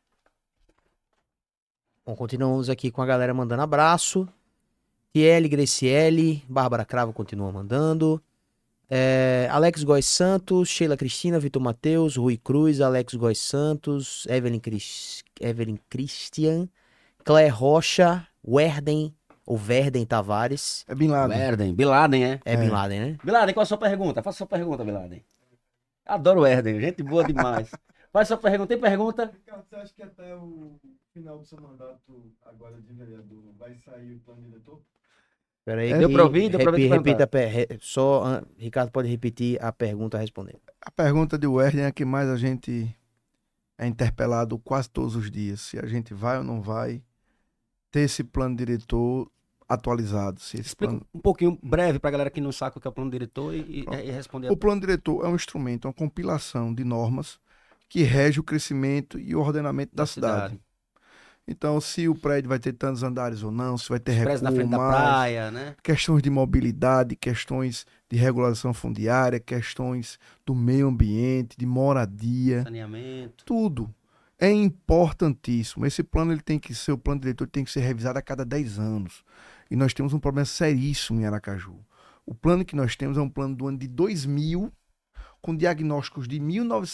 Bom, continuamos aqui com a galera mandando abraço. Tiele, Graciele, Bárbara Cravo continua mandando. Alex Góes Santos, Sheila Cristina, Vitor Matheus, Rui Cruz, Alex Góes Santos, Evelyn Christian, Claire Rocha, Verden Tavares. É Bin Laden. Bin Laden, é? É Bin Laden, né? Bin Laden, qual a sua pergunta? Faça a sua pergunta, Bin Laden. Adoro o Verden, gente boa demais. Faz sua pergunta, tem pergunta? Ricardo, você acha que até o final do seu mandato agora de vereador vai sair o plano diretor? Peraí, deu pra ouvir? Repita, Ricardo pode repetir a pergunta respondendo. A pergunta de Verden é a que mais a gente é interpelado quase todos os dias. Se a gente vai ou não vai ter esse plano diretor atualizado. Explica um pouquinho breve pra galera que não sabe o que é o plano diretor e responder. O plano diretor é um instrumento, uma compilação de normas que rege o crescimento e o ordenamento da cidade. Então, se o prédio vai ter tantos andares ou não, se vai ter Expresso na recuo frente da mais, praia, né? questões de mobilidade, questões de regulação fundiária, questões do meio ambiente, de moradia, Saneamento. tudo. É importantíssimo. Esse plano ele tem que ser, o plano diretor tem que ser revisado a cada 10 anos. E nós temos um problema seríssimo em Aracaju. O plano que nós temos é um plano do ano de 2000, com diagnósticos de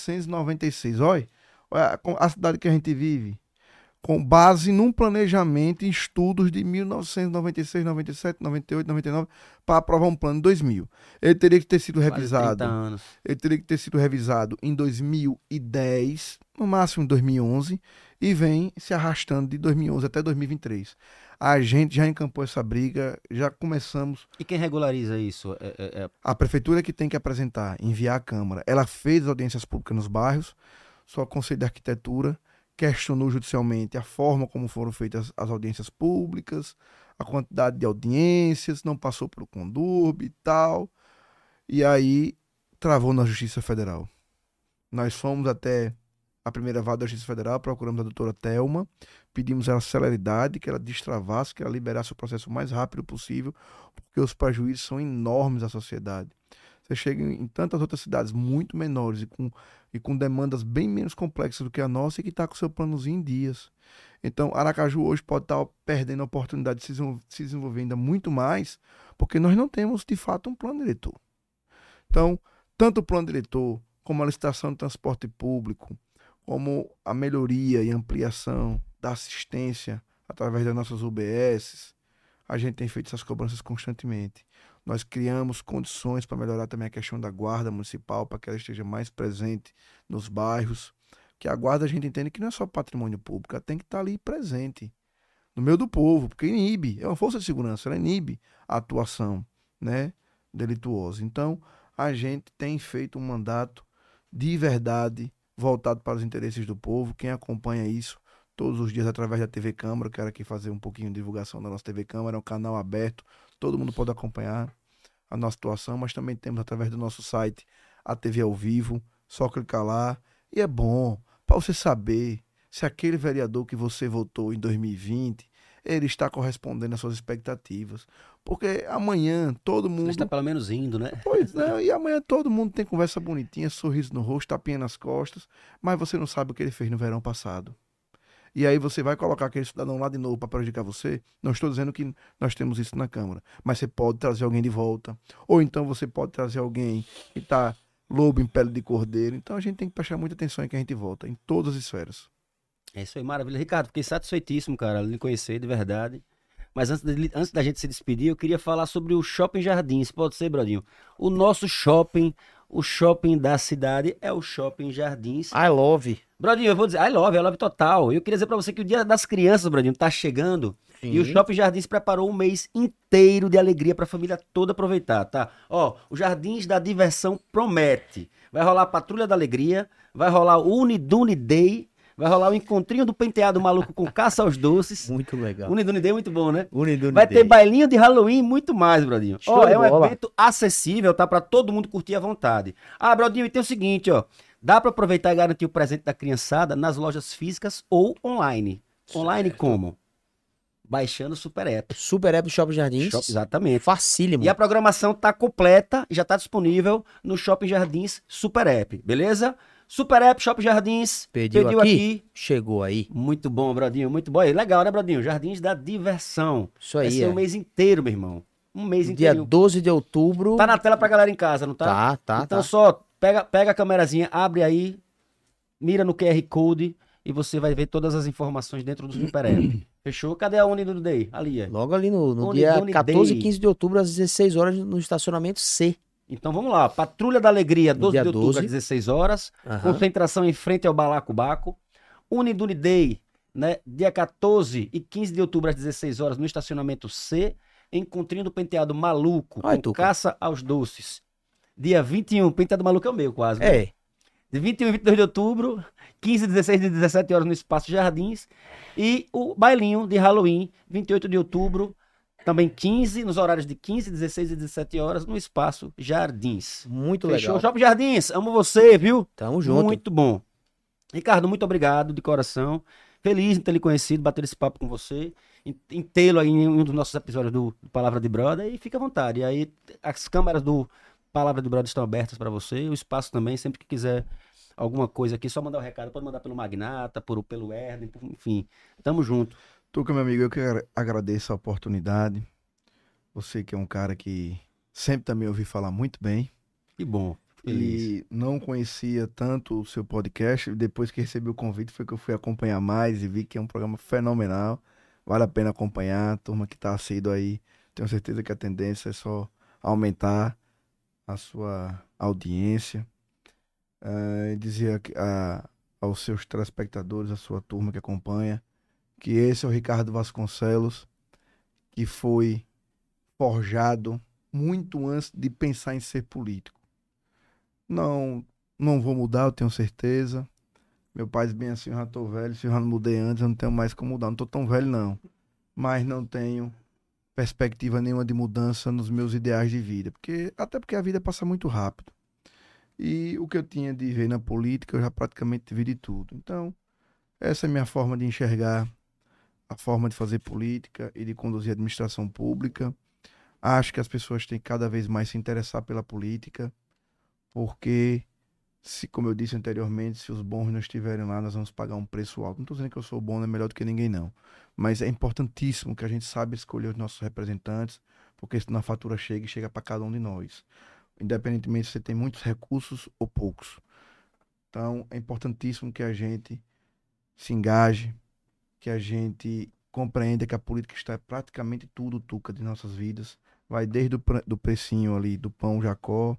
1996. Olha a cidade que a gente vive, com base num planejamento em estudos de 1996, 97, 98, 99, para aprovar um plano de 2000. Ele teria que ter sido Quase revisado. 30 anos. Ele teria que ter sido revisado em 2010, no máximo em 2011, e vem se arrastando de 2011 até 2023. A gente já encampou essa briga, já começamos. E quem regulariza isso? A prefeitura que tem que apresentar, enviar à Câmara. Ela fez audiências públicas nos bairros, só o Conselho de Arquitetura questionou judicialmente a forma como foram feitas as audiências públicas, a quantidade de audiências, não passou pelo Condurb e tal. E aí travou na Justiça Federal. Nós fomos até a primeira vara da Justiça Federal, procuramos a doutora Thelma, pedimos a celeridade, que ela destravasse, que ela liberasse o processo o mais rápido possível, porque os prejuízos são enormes à sociedade. Você chega em tantas outras cidades muito menores e com demandas bem menos complexas do que a nossa e que está com o seu planozinho em dias. Então, Aracaju hoje pode estar perdendo a oportunidade de se desenvolver ainda muito mais, porque nós não temos, de fato, um plano diretor. Então, tanto o plano diretor, como a licitação de transporte público, como a melhoria e ampliação da assistência através das nossas UBSs, a gente tem feito essas cobranças constantemente. Nós criamos condições para melhorar também a questão da guarda municipal, para que ela esteja mais presente nos bairros. Que a guarda a gente entende que não é só patrimônio público, ela tem que estar ali presente, no meio do povo, porque inibe, é uma força de segurança, ela inibe a atuação, né, delituosa. Então, a gente tem feito um mandato de verdade voltado para os interesses do povo. Quem acompanha isso todos os dias através da TV Câmara, eu quero aqui fazer um pouquinho de divulgação da nossa TV Câmara, é um canal aberto, todo mundo pode acompanhar a nossa atuação, mas também temos através do nosso site a TV ao vivo, só clicar lá, e é bom para você saber se aquele vereador que você votou em 2020, ele está correspondendo às suas expectativas, porque amanhã todo mundo... Ele está pelo menos indo, né? Pois não, e amanhã todo mundo tem conversa bonitinha, sorriso no rosto, tapinha nas costas, mas você não sabe o que ele fez no verão passado. E aí você vai colocar aquele cidadão lá de novo para prejudicar você? Não estou dizendo que nós temos isso na Câmara, mas você pode trazer alguém de volta, ou então você pode trazer alguém que está lobo em pele de cordeiro. Então a gente tem que prestar muita atenção em que a gente volta, em todas as esferas. É isso aí, maravilha. Ricardo, fiquei satisfeitíssimo, cara, lhe conhecer de verdade. Mas antes da gente se despedir, eu queria falar sobre o Shopping Jardins. Pode ser, Brodinho? O nosso shopping, o shopping da cidade é o Shopping Jardins. I love. Brodinho, eu vou dizer, I love total. Eu queria dizer pra você que o Dia das Crianças, Brodinho, tá chegando. Sim. E o Shopping Jardins preparou um mês inteiro de alegria pra família toda aproveitar, tá? Ó, o Jardins da Diversão promete. Vai rolar a Patrulha da Alegria, vai rolar o Unidune Day, vai rolar o Encontrinho do Penteado Maluco com Caça aos Doces. Muito legal. Unidune Day é muito bom, né? Unidune Vai Day. ter bailinho de Halloween e muito mais, Brodinho. Show Ó, de é um bola. evento acessível, tá? Pra todo mundo curtir à vontade. Ah, Brodinho, e tem o seguinte, ó. Dá pra aproveitar e garantir o presente da criançada nas lojas físicas ou online. Online como? Baixando o Super App. Super App do Shopping Jardins. Exatamente. Facílimo. E a programação tá completa e já tá disponível no Shopping Jardins Super App, beleza? Super App, Shopping Jardins. Pediu aqui, chegou aí. Muito bom, Brodinho, muito bom. E legal, né, Brodinho? Jardins da Diversão. Isso aí, Vai ser é. um mês inteiro, meu irmão. Um mês Dia inteiro. 12 de outubro. Tá na tela pra galera em casa, não tá? Tá. Então só pega a câmerazinha, abre aí, mira no QR Code e você vai ver todas as informações dentro do Super App. Fechou? Cadê a Unidune Day? Ali, é. Logo ali no Unidune dia 14 e Day. 15 de outubro, às 16 horas, no estacionamento C. Então vamos lá. Patrulha da Alegria, 12 Dia de outubro 12. às 16 horas. Aham. Concentração em frente ao Balacobaco. Unidune Day, né? Dia 14 e 15 de outubro às 16 horas no estacionamento C. Encontrinho do Penteado Maluco Olha, com Tuca. Caça aos Doces. Dia 21, Penteado Maluco é o meu quase. né? É. De 21 e 22 de outubro, 15, 16 e 17 horas no Espaço Jardins. E o bailinho de Halloween, 28 de outubro, também 15, nos horários de 15, 16 e 17 horas no Espaço Jardins. Muito Fechou? legal. Shopping Jardins, amo você, viu? Tamo junto. Muito bom. Ricardo, muito obrigado de coração. feliz em ter lhe conhecido, bater esse papo com você, em tê-lo aí em um dos nossos episódios do Palavra de Brother, e fica à vontade. E aí, as câmeras do Palavra de Brother estão abertas para você, o espaço também, sempre que quiser alguma coisa aqui, só mandar um recado, pode mandar pelo Magnata, pelo Herden, enfim, tamo junto. Tuca, meu amigo, eu que agradeço a oportunidade. Você que é um cara que sempre também ouvi falar muito bem. Que bom, feliz. E não conhecia tanto o seu podcast. Depois que recebi o convite foi que eu fui acompanhar mais e vi que é um programa fenomenal. Vale a pena acompanhar. A turma que está assíduo aí, tenho certeza que a tendência é só aumentar a sua audiência. Dizer aos seus telespectadores, a sua turma que acompanha, que esse é o Ricardo Vasconcelos, que foi forjado muito antes de pensar em ser político. Não vou mudar, eu tenho certeza. Meu pai diz bem assim, eu já tô velho, se eu já não mudei antes, eu não tenho mais como mudar. Não tô tão velho, não. Mas não tenho perspectiva nenhuma de mudança nos meus ideais de vida. Até porque a vida passa muito rápido. E o que eu tinha de ver na política, eu já praticamente vi de tudo. Então, essa é a minha forma de enxergar a forma de fazer política e de conduzir a administração pública. Acho que as pessoas têm que cada vez mais se interessar pela política, porque, como eu disse anteriormente, se os bons não estiverem lá, nós vamos pagar um preço alto. Não estou dizendo que eu sou bom, não é melhor do que ninguém, não. Mas é importantíssimo que a gente saiba escolher os nossos representantes, porque senão a fatura chega para cada um de nós. Independentemente se você tem muitos recursos ou poucos. Então, é importantíssimo que a gente se engaje, que a gente compreenda que a política está praticamente tudo, Tuca, de nossas vidas. Vai desde do precinho ali do pão Jacó,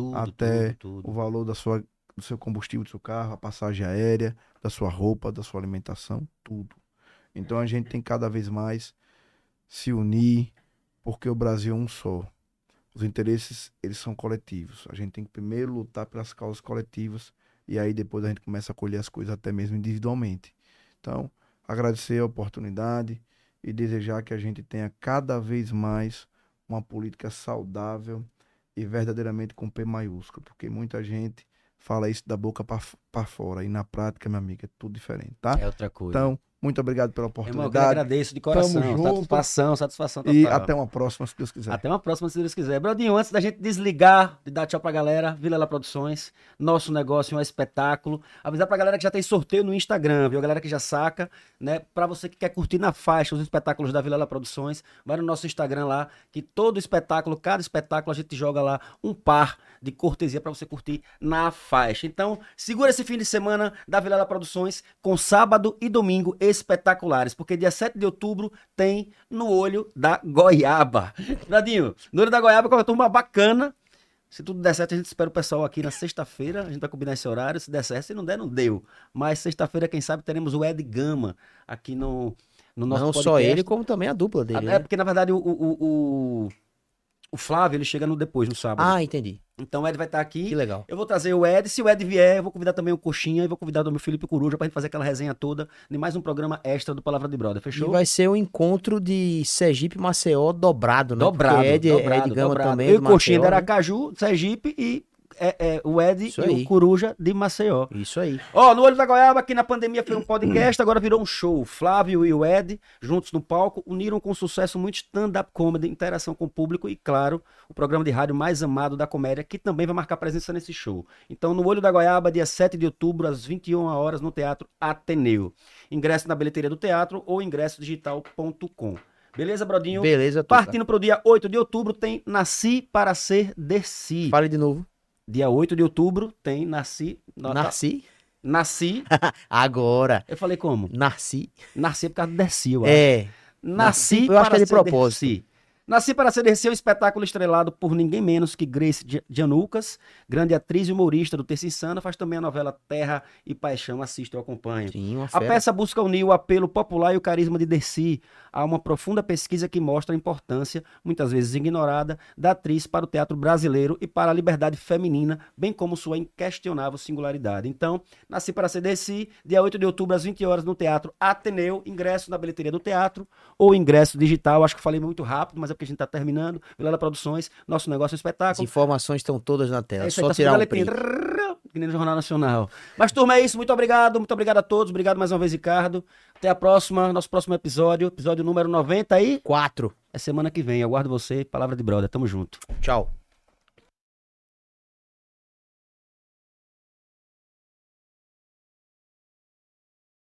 até tudo. o valor do seu combustível do seu carro, a passagem aérea, da sua roupa, da sua alimentação, tudo. Então a gente tem que cada vez mais se unir, porque o Brasil é um só. Os interesses, eles são coletivos. A gente tem que primeiro lutar pelas causas coletivas e aí depois a gente começa a colher as coisas até mesmo individualmente. Então, agradecer a oportunidade e desejar que a gente tenha cada vez mais uma política saudável e verdadeiramente com P maiúsculo, porque muita gente fala isso da boca para fora e na prática, meu amigo, é tudo diferente, tá? É outra coisa. Então, muito obrigado pela Irmão, eu oportunidade. agradeço de coração. Tamo junto. Satisfação total. E até uma próxima, se Deus quiser. Até uma próxima, se Deus quiser. Brodinho, antes da gente desligar, de dar tchau pra galera, Vilela Produções, nosso negócio é um espetáculo. Avisar pra galera que já tem sorteio no Instagram, viu? A galera que já saca, né? Pra você que quer curtir na faixa os espetáculos da Vilela Produções, vai no nosso Instagram lá, que todo espetáculo, cada espetáculo, a gente joga lá um par de cortesia pra você curtir na faixa. Então, segura esse fim de semana da Vilela Produções com sábado e domingo espetaculares, porque dia 7 de outubro tem No Olho da Goiaba. Bradinho, No Olho da Goiaba com uma turma bacana. Se tudo der certo, a gente espera o pessoal aqui na sexta-feira. A gente vai combinar esse horário. Se der certo, se não der, não deu. Mas sexta-feira, quem sabe, teremos o Ed Gama aqui no nosso podcast. Não só ele, como também a dupla dele. É porque, na verdade, o Flávio, ele chega depois, no sábado. Ah, entendi. Então o Ed vai estar aqui. Que legal. Eu vou trazer o Ed. Se o Ed vier, eu vou convidar também o Coxinha e vou convidar o meu Felipe Coruja pra gente fazer aquela resenha toda de mais um programa extra do Palavra de Brother. Fechou? E vai ser um encontro de Sergipe e Maceió dobrado, né? Dobrado. Porque Ed Gama dobrado. também. Eu e de o Coxinha de Maceió, né? Aracaju, Sergipe e o Ed Isso e aí. o Coruja de Maceió. Isso aí. Ó, No Olho da Goiaba, aqui na pandemia foi um podcast, agora virou um show. Flávio e o Ed, juntos no palco, uniram com sucesso muito stand-up comedy, interação com o público e, claro, o programa de rádio mais amado da comédia, que também vai marcar presença nesse show. Então, No Olho da Goiaba, dia 7 de outubro, às 21 horas, no Teatro Ateneu. Ingresso na bilheteria do teatro ou ingressodigital.com. Beleza, Brodinho? Beleza, Tuca. Partindo pro dia 8 de outubro, tem Nasci para Ser Desi. Fale de novo. Dia 8 de outubro tem Nasci. Nasci. Agora. Eu falei como? Nasci. Nasci por causa do Desi, eu acho. É. Nasci eu acho que é de ser propósito. Desi. Nasci para Ser Desi é um espetáculo estrelado por ninguém menos que Grace Janucas, grande atriz e humorista do Terça Insana, faz também a novela Terra e Paixão. Assista, eu acompanho. Sim, uma A fera. peça busca unir o apelo popular e o carisma de Desi a uma profunda pesquisa que mostra a importância, muitas vezes ignorada, da atriz para o teatro brasileiro e para a liberdade feminina, bem como sua inquestionável singularidade. Então, Nasci para Ser Desi, dia 8 de outubro, às 20 horas, no Teatro Ateneu, ingresso na bilheteria do teatro ou ingresso digital. Acho que falei muito rápido, mas é porque a gente está terminando. Vilela Produções, nosso negócio é As espetáculo. informações estão todas na tela. É isso aí, Só tá tirar subindo a um letrinha. print. que nem no Jornal Nacional. Mas, turma, é isso. Muito obrigado a todos. Obrigado mais uma vez, Ricardo. Até a próxima, nosso próximo episódio número 94. É semana que vem. Aguardo você. Palavra de brother. Tamo junto. Tchau.